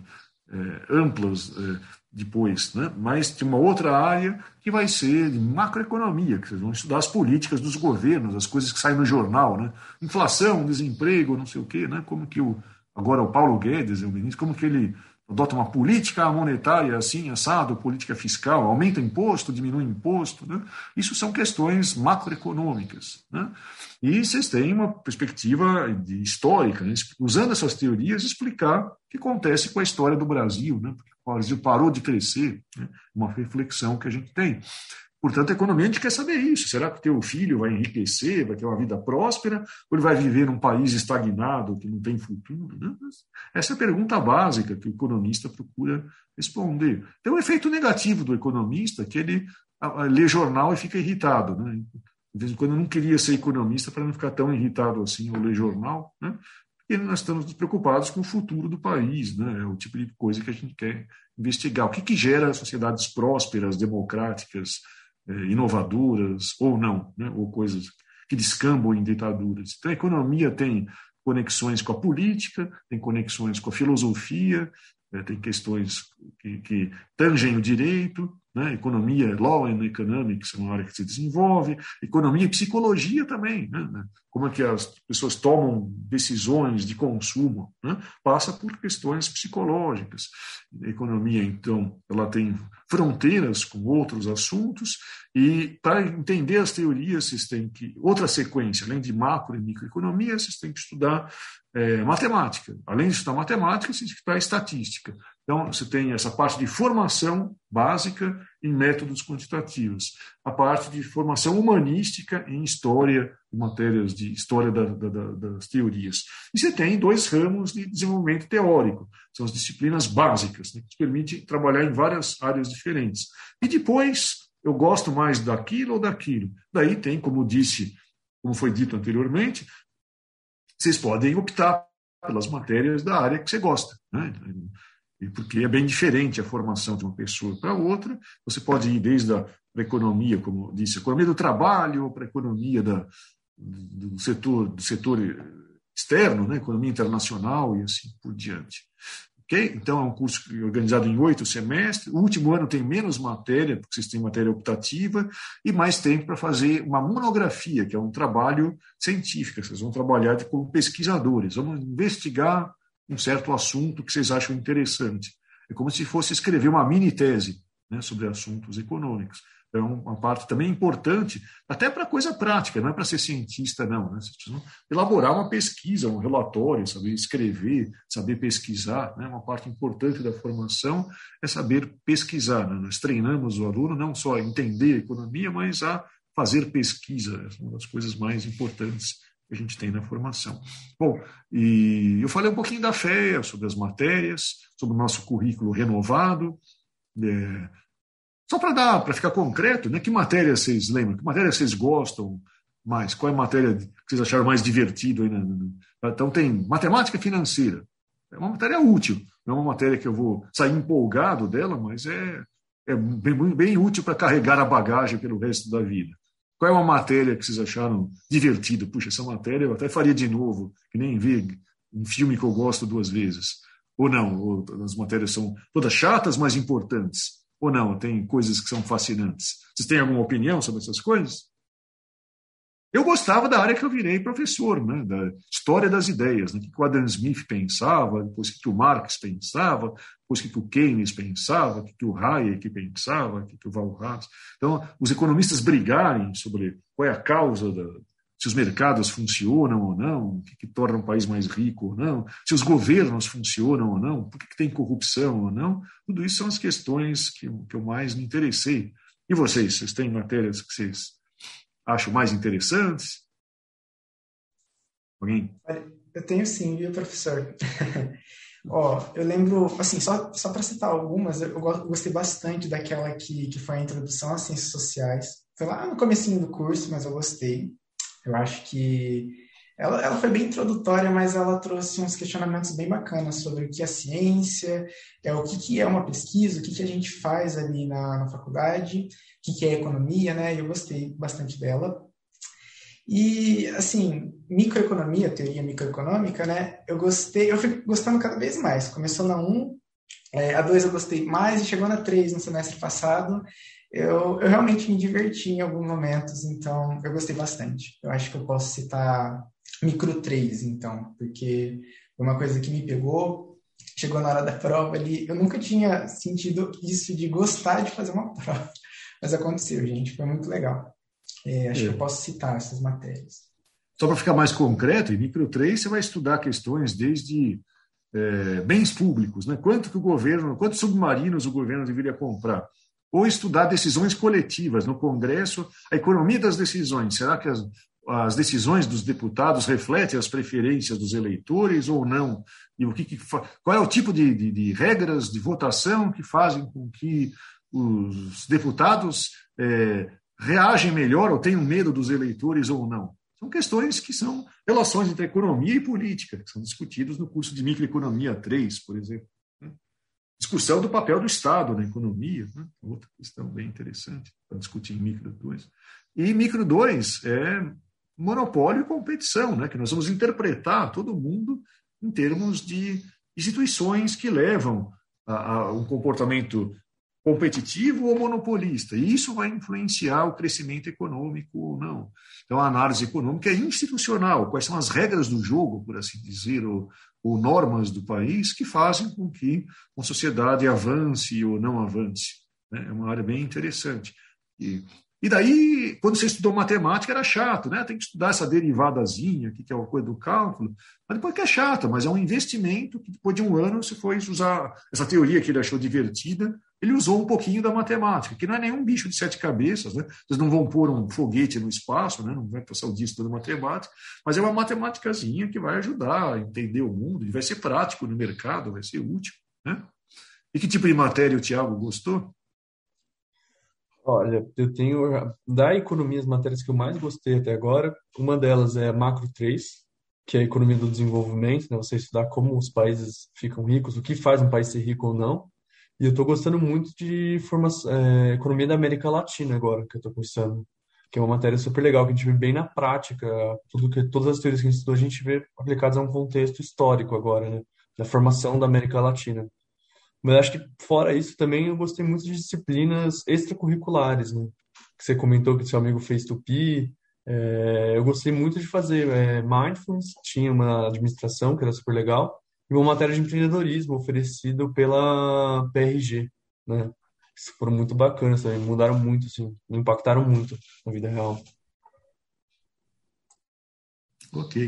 amplas depois, né? Mas tem uma outra área que vai ser de macroeconomia, que vocês vão estudar as políticas dos governos, as coisas que saem no jornal, né? Inflação, desemprego, não sei o quê, né? Como que agora o Paulo Guedes, o ministro, como que ele adota uma política monetária assim, assado, política fiscal, aumenta imposto, diminui imposto, né? Isso são questões macroeconômicas, né? E vocês têm uma perspectiva histórica, né? Usando essas teorias, explicar o que acontece com a história do Brasil, né? Porque o Brasil parou de crescer, né? Uma reflexão que a gente tem. Portanto, a economia, a gente quer saber isso. Será que o teu filho vai enriquecer, vai ter uma vida próspera, ou ele vai viver num país estagnado, que não tem futuro, né? Essa é a pergunta básica que o economista procura responder. Tem um efeito negativo do economista, que ele lê jornal e fica irritado, né? De vez em quando eu não queria ser economista para não ficar tão irritado assim ao ler jornal, né? Porque nós estamos preocupados com o futuro do país, né? É o tipo de coisa que a gente quer investigar. O que gera sociedades prósperas, democráticas, inovadoras, ou não, né? Ou coisas que descambam em ditaduras. Então, a economia tem conexões com a política, tem conexões com a filosofia, tem questões que tangem o direito, né? Economia, law and economics é uma área que se desenvolve, economia e psicologia também, né? Como é que as pessoas tomam decisões de consumo, né? Passa por questões psicológicas. A economia, então, ela tem fronteiras com outros assuntos e para entender as teorias, vocês têm que, outra sequência, além de macro e microeconomia, vocês têm que estudar matemática. Além de estudar matemática, vocês têm que estudar estatística. Então, você tem essa parte de formação básica em métodos quantitativos, a parte de formação humanística em história, em matérias de história das teorias. E você tem 2 ramos de desenvolvimento teórico, são as disciplinas básicas, né, que permitem trabalhar em várias áreas diferentes. E depois, eu gosto mais daquilo ou daquilo. Daí tem, como foi dito anteriormente, vocês podem optar pelas matérias da área que você gosta, né? Porque é bem diferente a formação de uma pessoa para outra. Você pode ir desde a economia, como disse, economia do trabalho, para a economia do setor externo, né? Economia internacional e assim por diante. Okay? Então, é um curso organizado em 8 semestres. O último ano tem menos matéria, porque vocês têm matéria optativa, e mais tempo para fazer uma monografia, que é um trabalho científico. Vocês vão trabalhar como pesquisadores, vão investigar um certo assunto que vocês acham interessante. É como se fosse escrever uma mini-tese, né, sobre assuntos econômicos. É uma parte também importante, até para coisa prática, não é para ser cientista, não. Né? Vocês precisam elaborar uma pesquisa, um relatório, saber escrever, saber pesquisar. Né? Uma parte importante da formação é saber pesquisar. Né? Nós treinamos o aluno não só a entender a economia, mas a fazer pesquisa. É uma das coisas mais importantes que a gente tem na formação. Bom, e eu falei um pouquinho da FEA, sobre as matérias, sobre o nosso currículo renovado. Só para ficar concreto, né? Que matéria vocês lembram? Que matéria vocês gostam mais? Qual é a matéria que vocês acharam mais divertido aí? Então tem matemática financeira. É uma matéria útil. Não é uma matéria que eu vou sair empolgado dela, mas é bem útil para carregar a bagagem pelo resto da vida. Qual é uma matéria que vocês acharam divertida? Puxa, essa matéria eu até faria de novo, que nem ver um filme que eu gosto 2 vezes. Ou não, ou as matérias são todas chatas, mas importantes. Ou não, tem coisas que são fascinantes. Vocês têm alguma opinião sobre essas coisas? Eu gostava da área que eu virei professor, né? Da história das ideias, né? O que o Adam Smith pensava, depois o que o Marx pensava, depois o que o Keynes pensava, o que o Hayek pensava, o que o Walras. Então, os economistas brigarem sobre qual é a causa se os mercados funcionam ou não, o que torna um país mais rico ou não, se os governos funcionam ou não, por que tem corrupção ou não, tudo isso são as questões que eu mais me interessei. E vocês têm matérias que vocês acham mais interessantes? Alguém? Eu tenho sim, viu, professor? Eu lembro, assim, só para citar algumas, eu gostei bastante daquela que foi a introdução às ciências sociais. Foi lá no comecinho do curso, mas eu gostei. Eu acho que ela foi bem introdutória, mas ela trouxe uns questionamentos bem bacanas sobre o que é ciência, o que é uma pesquisa, o que a gente faz ali na faculdade, o que é economia, né? E eu gostei bastante dela. E, assim, microeconomia, teoria microeconômica, né? Eu fui gostando cada vez mais. Começou na 1, a 2 eu gostei mais, e chegou na 3 no semestre passado. Eu realmente me diverti em alguns momentos, então eu gostei bastante. Eu acho que eu posso citar micro 3, então, porque foi uma coisa que me pegou, chegou na hora da prova ali, eu nunca tinha sentido isso de gostar de fazer uma prova, mas aconteceu, gente, foi muito legal. Acho que eu posso citar essas matérias. Só para ficar mais concreto, em micro 3 você vai estudar questões desde bens públicos, né? Quantos submarinos o governo deveria comprar? Ou estudar decisões coletivas no Congresso, a economia das decisões. Será que as decisões dos deputados refletem as preferências dos eleitores ou não? E qual é o tipo de regras de votação que fazem com que os deputados reagem melhor ou têm medo dos eleitores ou não. São questões que são relações entre economia e política, que são discutidas no curso de Microeconomia 3, por exemplo. Discussão do papel do Estado na economia, né? Outra questão bem interessante para discutir em Micro 2. E Micro 2 é monopólio e competição, né? Que nós vamos interpretar todo mundo em termos de instituições que levam a um comportamento competitivo ou monopolista, e isso vai influenciar o crescimento econômico ou não. Então, a análise econômica é institucional, quais são as regras do jogo, por assim dizer, ou normas do país que fazem com que uma sociedade avance ou não avance. Né? É uma área bem interessante. E daí, quando você estudou matemática, era chato, né? Tem que estudar essa derivadazinha, que é uma coisa do cálculo, mas depois que é chato, mas é um investimento que depois de um ano você foi usar essa teoria que ele achou divertida, ele usou um pouquinho da matemática, que não é nenhum bicho de 7 cabeças, né? Vocês não vão pôr um foguete no espaço, né? Não vai passar o dia estudando matemática, mas é uma matemáticazinha que vai ajudar a entender o mundo, e vai ser prático no mercado, vai ser útil, né? E que tipo de matéria o Thiago gostou? Olha, eu tenho da economia as matérias que eu mais gostei até agora. Uma delas é Macro 3, que é a economia do desenvolvimento, né? Você estudar como os países ficam ricos, o que faz um país ser rico ou não. E eu estou gostando muito de economia da América Latina agora, que eu estou cursando, que é uma matéria super legal, que a gente vê bem na prática, todas as teorias que a gente estudou, a gente vê aplicadas a um contexto histórico agora, né? Da formação da América Latina. Mas acho que fora isso também eu gostei muito de disciplinas extracurriculares, né? Que você comentou que seu amigo fez Tupi. Eu gostei muito de fazer Mindfulness, tinha uma administração que era super legal, e uma matéria de empreendedorismo oferecido pela PRG, né? Isso foram muito bacanas também, mudaram muito, assim, me impactaram muito na vida real. Ok.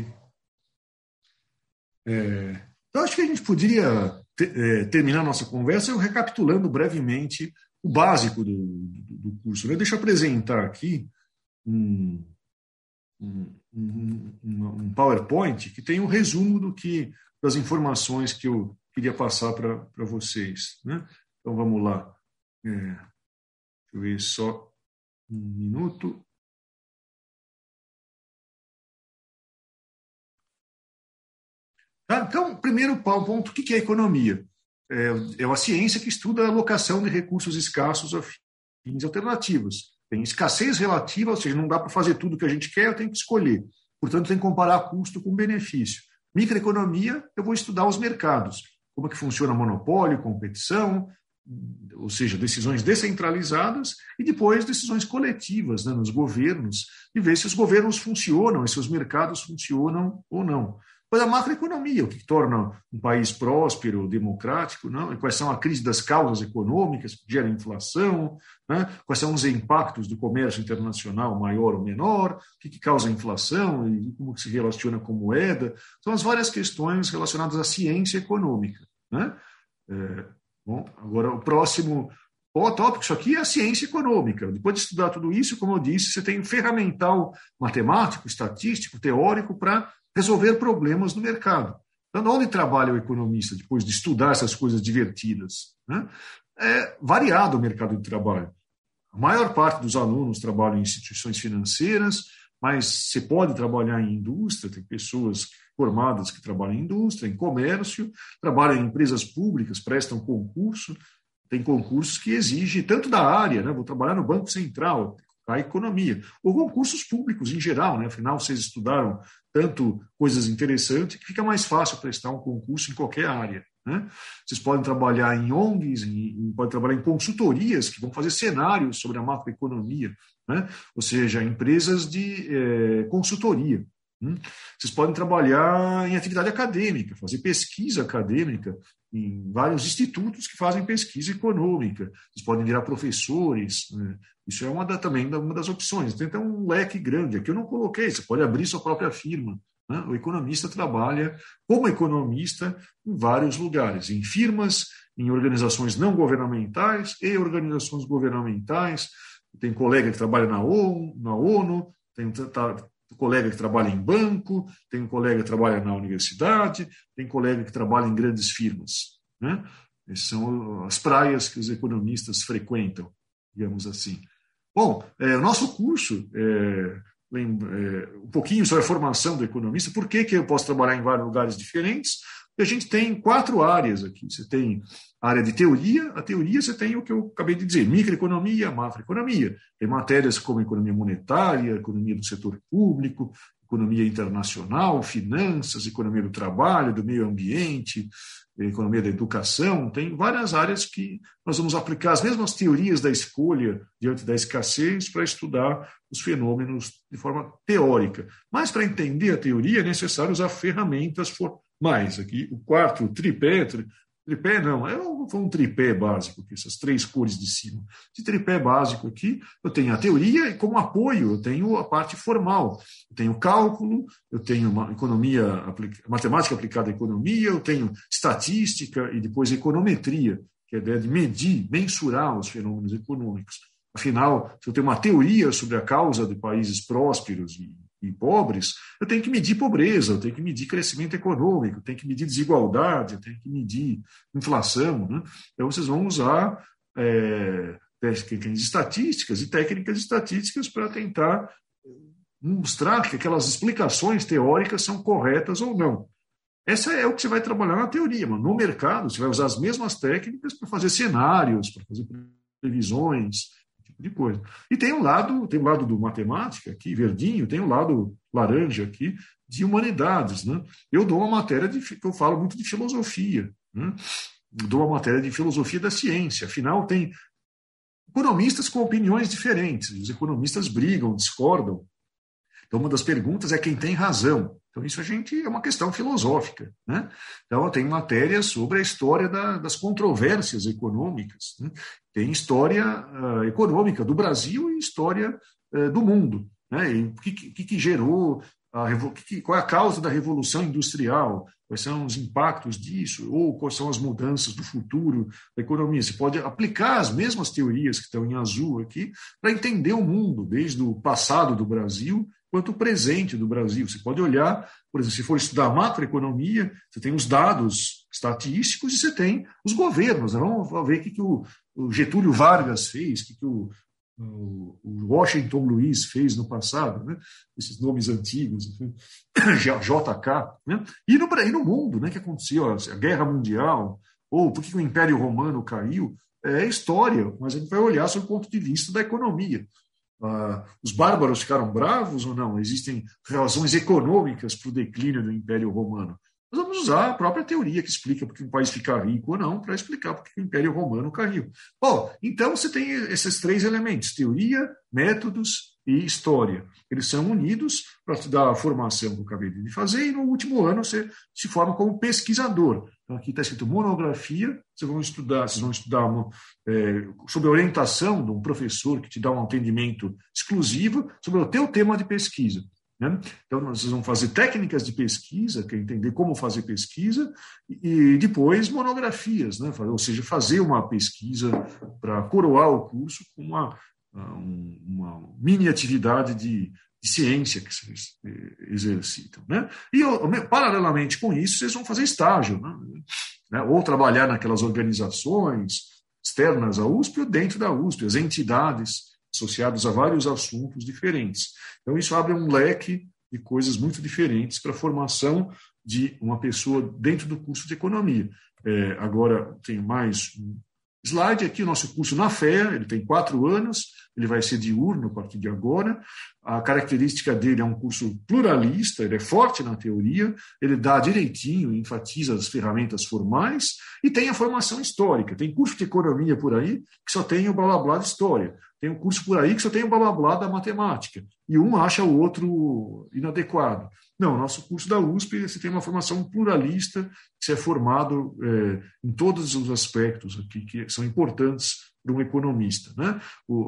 Então, acho que a gente poderia terminar nossa conversa eu recapitulando brevemente o básico do curso, né? Deixa eu apresentar aqui um PowerPoint que tem um resumo das informações que eu queria passar para vocês, né? Então, vamos lá. Deixa eu ver só um minuto. Então, primeiro ponto, o que é economia? É uma ciência que estuda a alocação de recursos escassos a fins alternativos. Tem escassez relativa, ou seja, não dá para fazer tudo o que a gente quer, eu tenho que escolher. Portanto, tem que comparar custo com benefício. Microeconomia, eu vou estudar os mercados, como é que funciona monopólio, competição, ou seja, decisões descentralizadas e depois decisões coletivas, né, nos governos, e ver se os governos funcionam e se os mercados funcionam ou não. Depois a macroeconomia, o que torna um país próspero, democrático, não? E quais são a crise das causas econômicas que geram inflação, né? Quais são os impactos do comércio internacional maior ou menor, o que causa a inflação e como que se relaciona com moeda. São as várias questões relacionadas à ciência econômica, né? Bom, agora o próximo tópico, isso aqui é a ciência econômica. Depois de estudar tudo isso, como eu disse, você tem um ferramental matemático, estatístico, teórico para resolver problemas no mercado. Então, onde trabalha o economista depois de estudar essas coisas divertidas? Né? É variado o mercado de trabalho. A maior parte dos alunos trabalham em instituições financeiras, mas você pode trabalhar em indústria, tem pessoas formadas que trabalham em indústria, em comércio, trabalham em empresas públicas, prestam concurso, tem concursos que exigem tanto da área, né? Vou trabalhar no Banco Central, a economia, ou concursos públicos em geral, né? Afinal, vocês estudaram tanto coisas interessantes que fica mais fácil prestar um concurso em qualquer área, né? Vocês podem trabalhar em ONGs, podem trabalhar em consultorias que vão fazer cenários sobre a macroeconomia, né? Ou seja, empresas de consultoria. Vocês podem trabalhar em atividade acadêmica, fazer pesquisa acadêmica em vários institutos que fazem pesquisa econômica. Vocês podem virar professores, né? Isso é também uma das opções. Tem um leque grande. Aqui eu não coloquei, você pode abrir sua própria firma, né? O economista trabalha como economista em vários lugares, em firmas, em organizações não governamentais e organizações governamentais. Tem colega que trabalha na ONU, tem colega que trabalha em banco, tem um colega que trabalha na universidade, tem colega que trabalha em grandes firmas, né? Essas são as praias que os economistas frequentam, digamos assim. Bom, o nosso curso, um pouquinho sobre a formação do economista. Por que eu posso trabalhar em vários lugares diferentes? A gente tem 4 áreas aqui. Você tem a área de teoria. A teoria você tem o que eu acabei de dizer, microeconomia, macroeconomia. Tem matérias como economia monetária, economia do setor público, economia internacional, finanças, economia do trabalho, do meio ambiente, economia da educação. Tem várias áreas que nós vamos aplicar as mesmas teorias da escolha diante da escassez para estudar os fenômenos de forma teórica. Mas para entender a teoria é necessário usar ferramentas formais. Aqui o quarto, o tripé não, foi um tripé básico, aqui, essas 3 cores de cima. Esse tripé básico aqui, eu tenho a teoria e como apoio eu tenho a parte formal. Eu tenho cálculo, eu tenho uma matemática aplicada à economia, eu tenho estatística e depois econometria, que é a ideia de medir, mensurar os fenômenos econômicos. Afinal, se eu tenho uma teoria sobre a causa de países prósperos e pobres, eu tenho que medir pobreza, eu tenho que medir crescimento econômico, eu tenho que medir desigualdade, eu tenho que medir inflação. Né? Então, vocês vão usar técnicas estatísticas e técnicas estatísticas para tentar mostrar que aquelas explicações teóricas são corretas ou não. Essa é o que você vai trabalhar na teoria, mas no mercado você vai usar as mesmas técnicas para fazer cenários, para fazer previsões, de coisa. E tem um lado do matemática aqui, verdinho, tem um lado laranja aqui de humanidades, né? Eu dou uma matéria que eu falo muito de filosofia, né? Dou uma matéria de filosofia da ciência. Afinal, tem economistas com opiniões diferentes. Os economistas brigam, discordam. Então, uma das perguntas é quem tem razão. Então, isso é uma questão filosófica, né? Então, tem matérias sobre a história das controvérsias econômicas, né? Tem história econômica do Brasil e história do mundo, né? E o que gerou, qual é a causa da Revolução Industrial, quais são os impactos disso, ou quais são as mudanças do futuro da economia. Você pode aplicar as mesmas teorias que estão em azul aqui para entender o mundo, desde o passado do Brasil quanto o presente do Brasil. Você pode olhar, por exemplo, se for estudar macroeconomia, você tem os dados estatísticos e você tem os governos. Né? Vamos ver o que o Getúlio Vargas fez, o que o Washington Luiz fez no passado, né? Esses nomes antigos, JK, né? E no mundo, né? Que aconteceu a Guerra Mundial, ou por que o Império Romano caiu, é história, mas a gente vai olhar sob o ponto de vista da economia. Os bárbaros ficaram bravos ou não? Existem razões econômicas para o declínio do Império Romano. Nós vamos usar a própria teoria que explica por que um país fica rico ou não para explicar por que o Império Romano caiu. Bom, então você tem esses 3 elementos, teoria, métodos e história. Eles são unidos para te dar a formação que eu acabei de fazer e no último ano você se forma como pesquisador. Então aqui está escrito monografia, vocês vão estudar sob a orientação de um professor que te dá um atendimento exclusivo sobre o teu tema de pesquisa. Né? Então, vocês vão fazer técnicas de pesquisa, que é entender como fazer pesquisa, e depois monografias, né? Ou seja, fazer uma pesquisa para coroar o curso com uma mini atividade de ciência que vocês exercitam. Né? E, paralelamente com isso, vocês vão fazer estágio, né? Ou trabalhar naquelas organizações externas à USP ou dentro da USP, as entidades associados a vários assuntos diferentes. Então, isso abre um leque de coisas muito diferentes para a formação de uma pessoa dentro do curso de economia. Agora, tem mais um slide aqui, o nosso curso na FEA, ele tem 4 anos, ele vai ser diurno a partir de agora. A característica dele é um curso pluralista, ele é forte na teoria, ele dá direitinho, enfatiza as ferramentas formais e tem a formação histórica. Tem curso de economia por aí que só tem o blá blá blá de história. Tem um curso por aí que só tem o blá blá blá da matemática. E um acha o outro inadequado. Não, nosso curso da USP você tem uma formação pluralista, que você é formado em todos os aspectos aqui que são importantes para um economista. Né?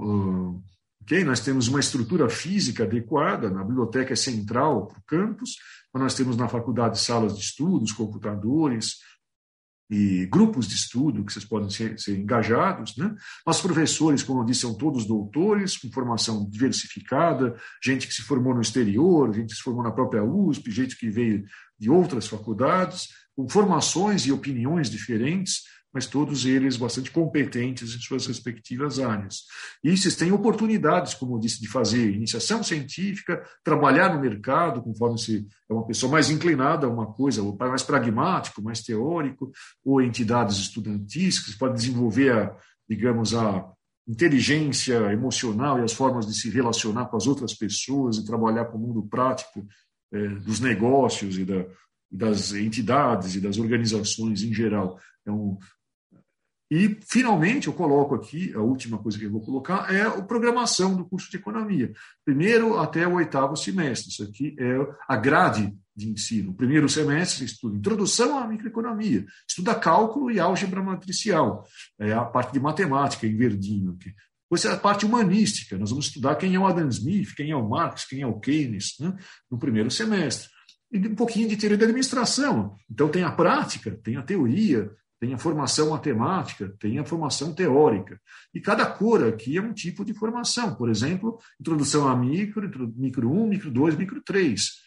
Nós temos uma estrutura física adequada, na biblioteca é central para o campus, nós temos na faculdade salas de estudos, computadores, e grupos de estudo que vocês podem ser engajados. Né? Nossos professores, como eu disse, são todos doutores, com formação diversificada, gente que se formou no exterior, gente que se formou na própria USP, gente que veio de outras faculdades, com formações e opiniões diferentes mas todos eles bastante competentes em suas respectivas áreas. E esses têm oportunidades, como eu disse, de fazer iniciação científica, trabalhar no mercado, conforme se é uma pessoa mais inclinada a uma coisa, ou mais pragmático, mais teórico, ou entidades estudantis, que podem desenvolver a inteligência emocional e as formas de se relacionar com as outras pessoas e trabalhar com o mundo prático dos negócios e das entidades e das organizações em geral. Então, e, finalmente, eu coloco aqui, a última coisa que eu vou colocar é a programação do curso de economia. Primeiro até o 8º semestre. Isso aqui é a grade de ensino. O primeiro semestre estuda introdução à microeconomia, estuda cálculo e álgebra matricial, é a parte de matemática em verdinho aqui. Depois é a parte humanística, nós vamos estudar quem é o Adam Smith, quem é o Marx, quem é o Keynes, né, no primeiro semestre. E um pouquinho de teoria da administração. Então tem a prática, tem a teoria, tem a formação matemática, tem a formação teórica. E cada cor aqui é um tipo de formação. Por exemplo, introdução a micro 1, micro 2, micro 3.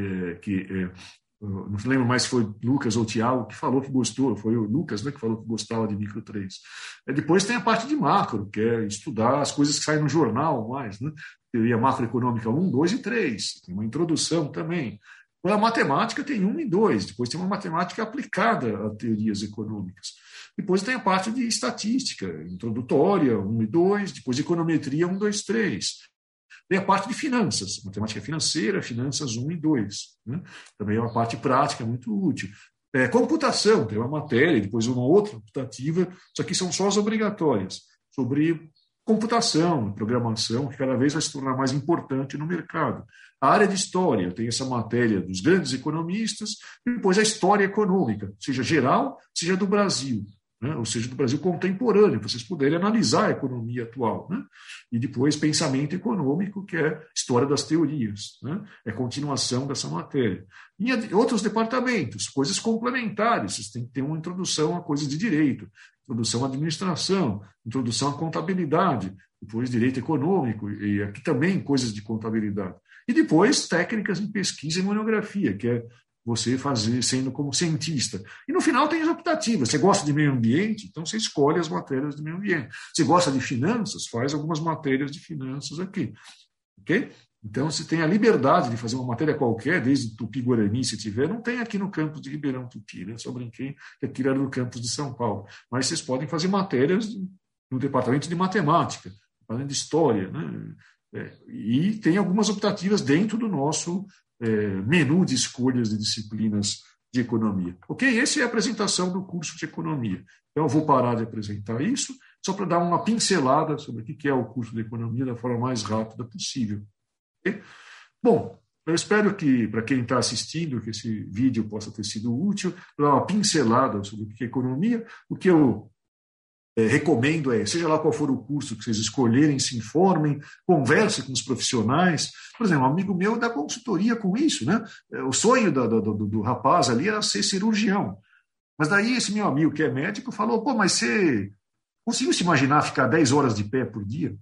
Não lembro mais se foi Lucas ou Tiago que falou que gostou, foi o Lucas, né, que falou que gostava de micro 3. Depois tem a parte de macro, que é estudar as coisas que saem no jornal mais, né? Teoria macroeconômica 1, 2 e 3. Tem uma introdução também. A matemática tem 1 e 2, depois tem uma matemática aplicada a teorias econômicas. Depois tem a parte de estatística, introdutória, 1 e 2, depois econometria, 1, 2, 3. Tem a parte de finanças, matemática financeira, finanças 1 e 2. Né? Também é uma parte prática muito útil. Computação, tem uma matéria, depois uma outra optativa, isso aqui são só as obrigatórias, sobre computação, programação, que cada vez vai se tornar mais importante no mercado. A área de história tem essa matéria dos grandes economistas, e depois a história econômica, seja geral, seja do Brasil, né? Ou seja, do Brasil contemporâneo, para vocês poderem analisar a economia atual. Né? E depois pensamento econômico, que é história das teorias, né? É continuação dessa matéria. Em outros departamentos, coisas complementares, vocês têm que ter uma introdução a coisas de direito, introdução à administração, introdução à contabilidade, depois direito econômico, e aqui também coisas de contabilidade. E depois técnicas em pesquisa e monografia, que é você fazer sendo como cientista. E no final tem as optativas. Você gosta de meio ambiente, então você escolhe as matérias de meio ambiente. Você gosta de finanças, faz algumas matérias de finanças aqui. Ok? Então, você tem a liberdade de fazer uma matéria qualquer, desde Tupi-Guarani, se tiver, não tem aqui no campus de Ribeirão Tupi, né? Só brinquei que aquilo era no campus de São Paulo. Mas vocês podem fazer matérias no departamento de matemática, departamento de história, né? E tem algumas optativas dentro do nosso menu de escolhas de disciplinas de economia. Ok? Essa é a apresentação do curso de economia. Então, eu vou parar de apresentar isso, só para dar uma pincelada sobre o que é o curso de economia da forma mais rápida possível. Okay? Bom, eu espero que, para quem está assistindo, que esse vídeo possa ter sido útil, para dar uma pincelada sobre o que é economia. O que eu recomendo seja lá qual for o curso que vocês escolherem, se informem, conversem com os profissionais. Por exemplo, um amigo meu dá consultoria com isso, né? O sonho do rapaz ali era ser cirurgião. Mas daí esse meu amigo que é médico falou, mas você conseguiu se imaginar ficar 10 horas de pé por dia?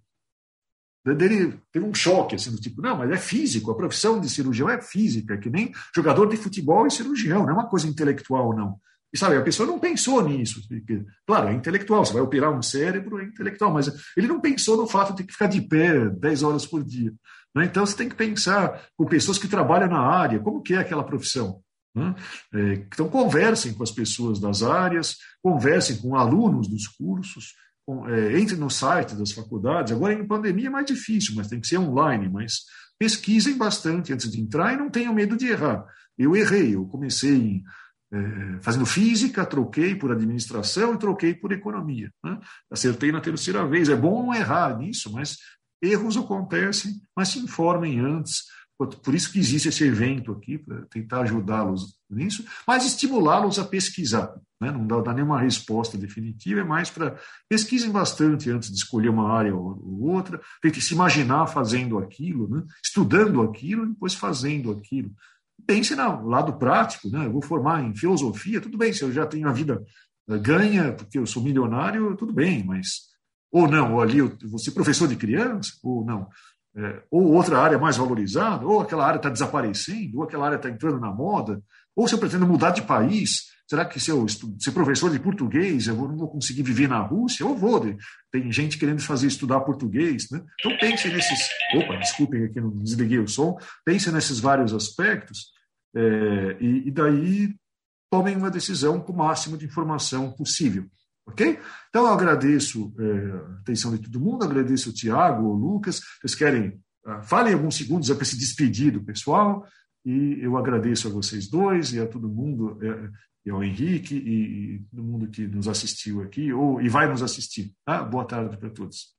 Dele teve um choque, assim, do tipo, não, mas é físico, a profissão de cirurgião é física, que nem jogador de futebol e cirurgião, não é uma coisa intelectual, não. E sabe, a pessoa não pensou nisso. Porque, claro, é intelectual, você vai operar um cérebro, é intelectual, mas ele não pensou no fato de ter que ficar de pé 10 horas por dia. Né? Então, você tem que pensar com pessoas que trabalham na área, como que é aquela profissão. Né? Então, conversem com as pessoas das áreas, conversem com alunos dos cursos, entre no site das faculdades. Agora, em pandemia é mais difícil, mas tem que ser online, mas pesquisem bastante antes de entrar e não tenham medo de errar. Eu errei, eu comecei fazendo física, troquei por administração e troquei por economia. Né? Acertei na terceira vez. É bom não errar nisso, mas erros acontecem, mas se informem antes. Por isso que existe esse evento aqui, para tentar ajudá-los nisso, mas estimulá-los a pesquisar. Né? Não dá nenhuma resposta definitiva, é mais para pesquisem bastante antes de escolher uma área ou outra, tentem se imaginar fazendo aquilo, né? Estudando aquilo e depois fazendo aquilo. Pense no lado prático, né? Eu vou formar em filosofia, tudo bem, se eu já tenho a vida ganha, porque eu sou milionário, tudo bem, mas ou não, ou ali eu vou ser professor de criança, ou não. Ou outra área mais valorizada, ou aquela área está desaparecendo, ou aquela área está entrando na moda, ou se eu pretendo mudar de país, Será que se eu ser professor de português, eu não vou conseguir viver na Rússia? Eu vou. Tem gente querendo estudar português, né? Então pense nesses... Opa, desculpem aqui, não desliguei o som. Pense nesses vários aspectos e daí tomem uma decisão com o máximo de informação possível. Ok? Então, eu agradeço a atenção de todo mundo, agradeço o Tiago, o Lucas. Vocês querem... falem alguns segundos para se despedir do pessoal, e eu agradeço a vocês dois e a todo mundo, e ao Henrique e todo mundo que nos assistiu aqui e vai nos assistir. Tá? Boa tarde para todos.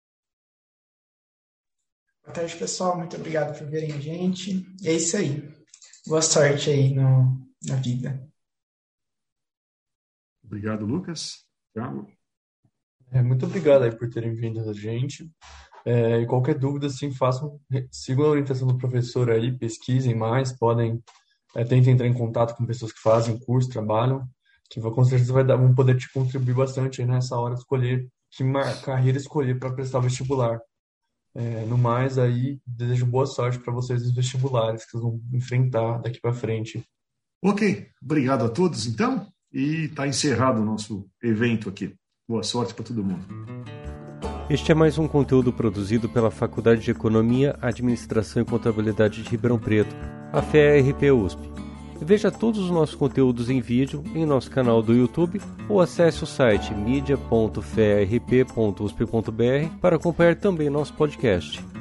Boa tarde, pessoal. Muito obrigado por verem a gente. E é isso aí. Boa sorte aí na vida. Obrigado, Lucas. Tiago. Muito obrigado aí por terem vindo a gente. E qualquer dúvida, assim, sigam a orientação do professor aí, pesquisem mais, tentem entrar em contato com pessoas que fazem curso, trabalham, que com certeza vão poder te contribuir bastante aí nessa hora de escolher que carreira escolher para prestar o vestibular. No mais, aí, desejo boa sorte para vocês nos vestibulares que vocês vão enfrentar daqui para frente. Ok, obrigado a todos, então, e está encerrado o nosso evento aqui. Boa sorte para todo mundo. Este é mais um conteúdo produzido pela Faculdade de Economia, Administração e Contabilidade de Ribeirão Preto, a FEA-RP USP. Veja todos os nossos conteúdos em vídeo em nosso canal do YouTube ou acesse o site media.fearp.usp.br para acompanhar também nosso podcast.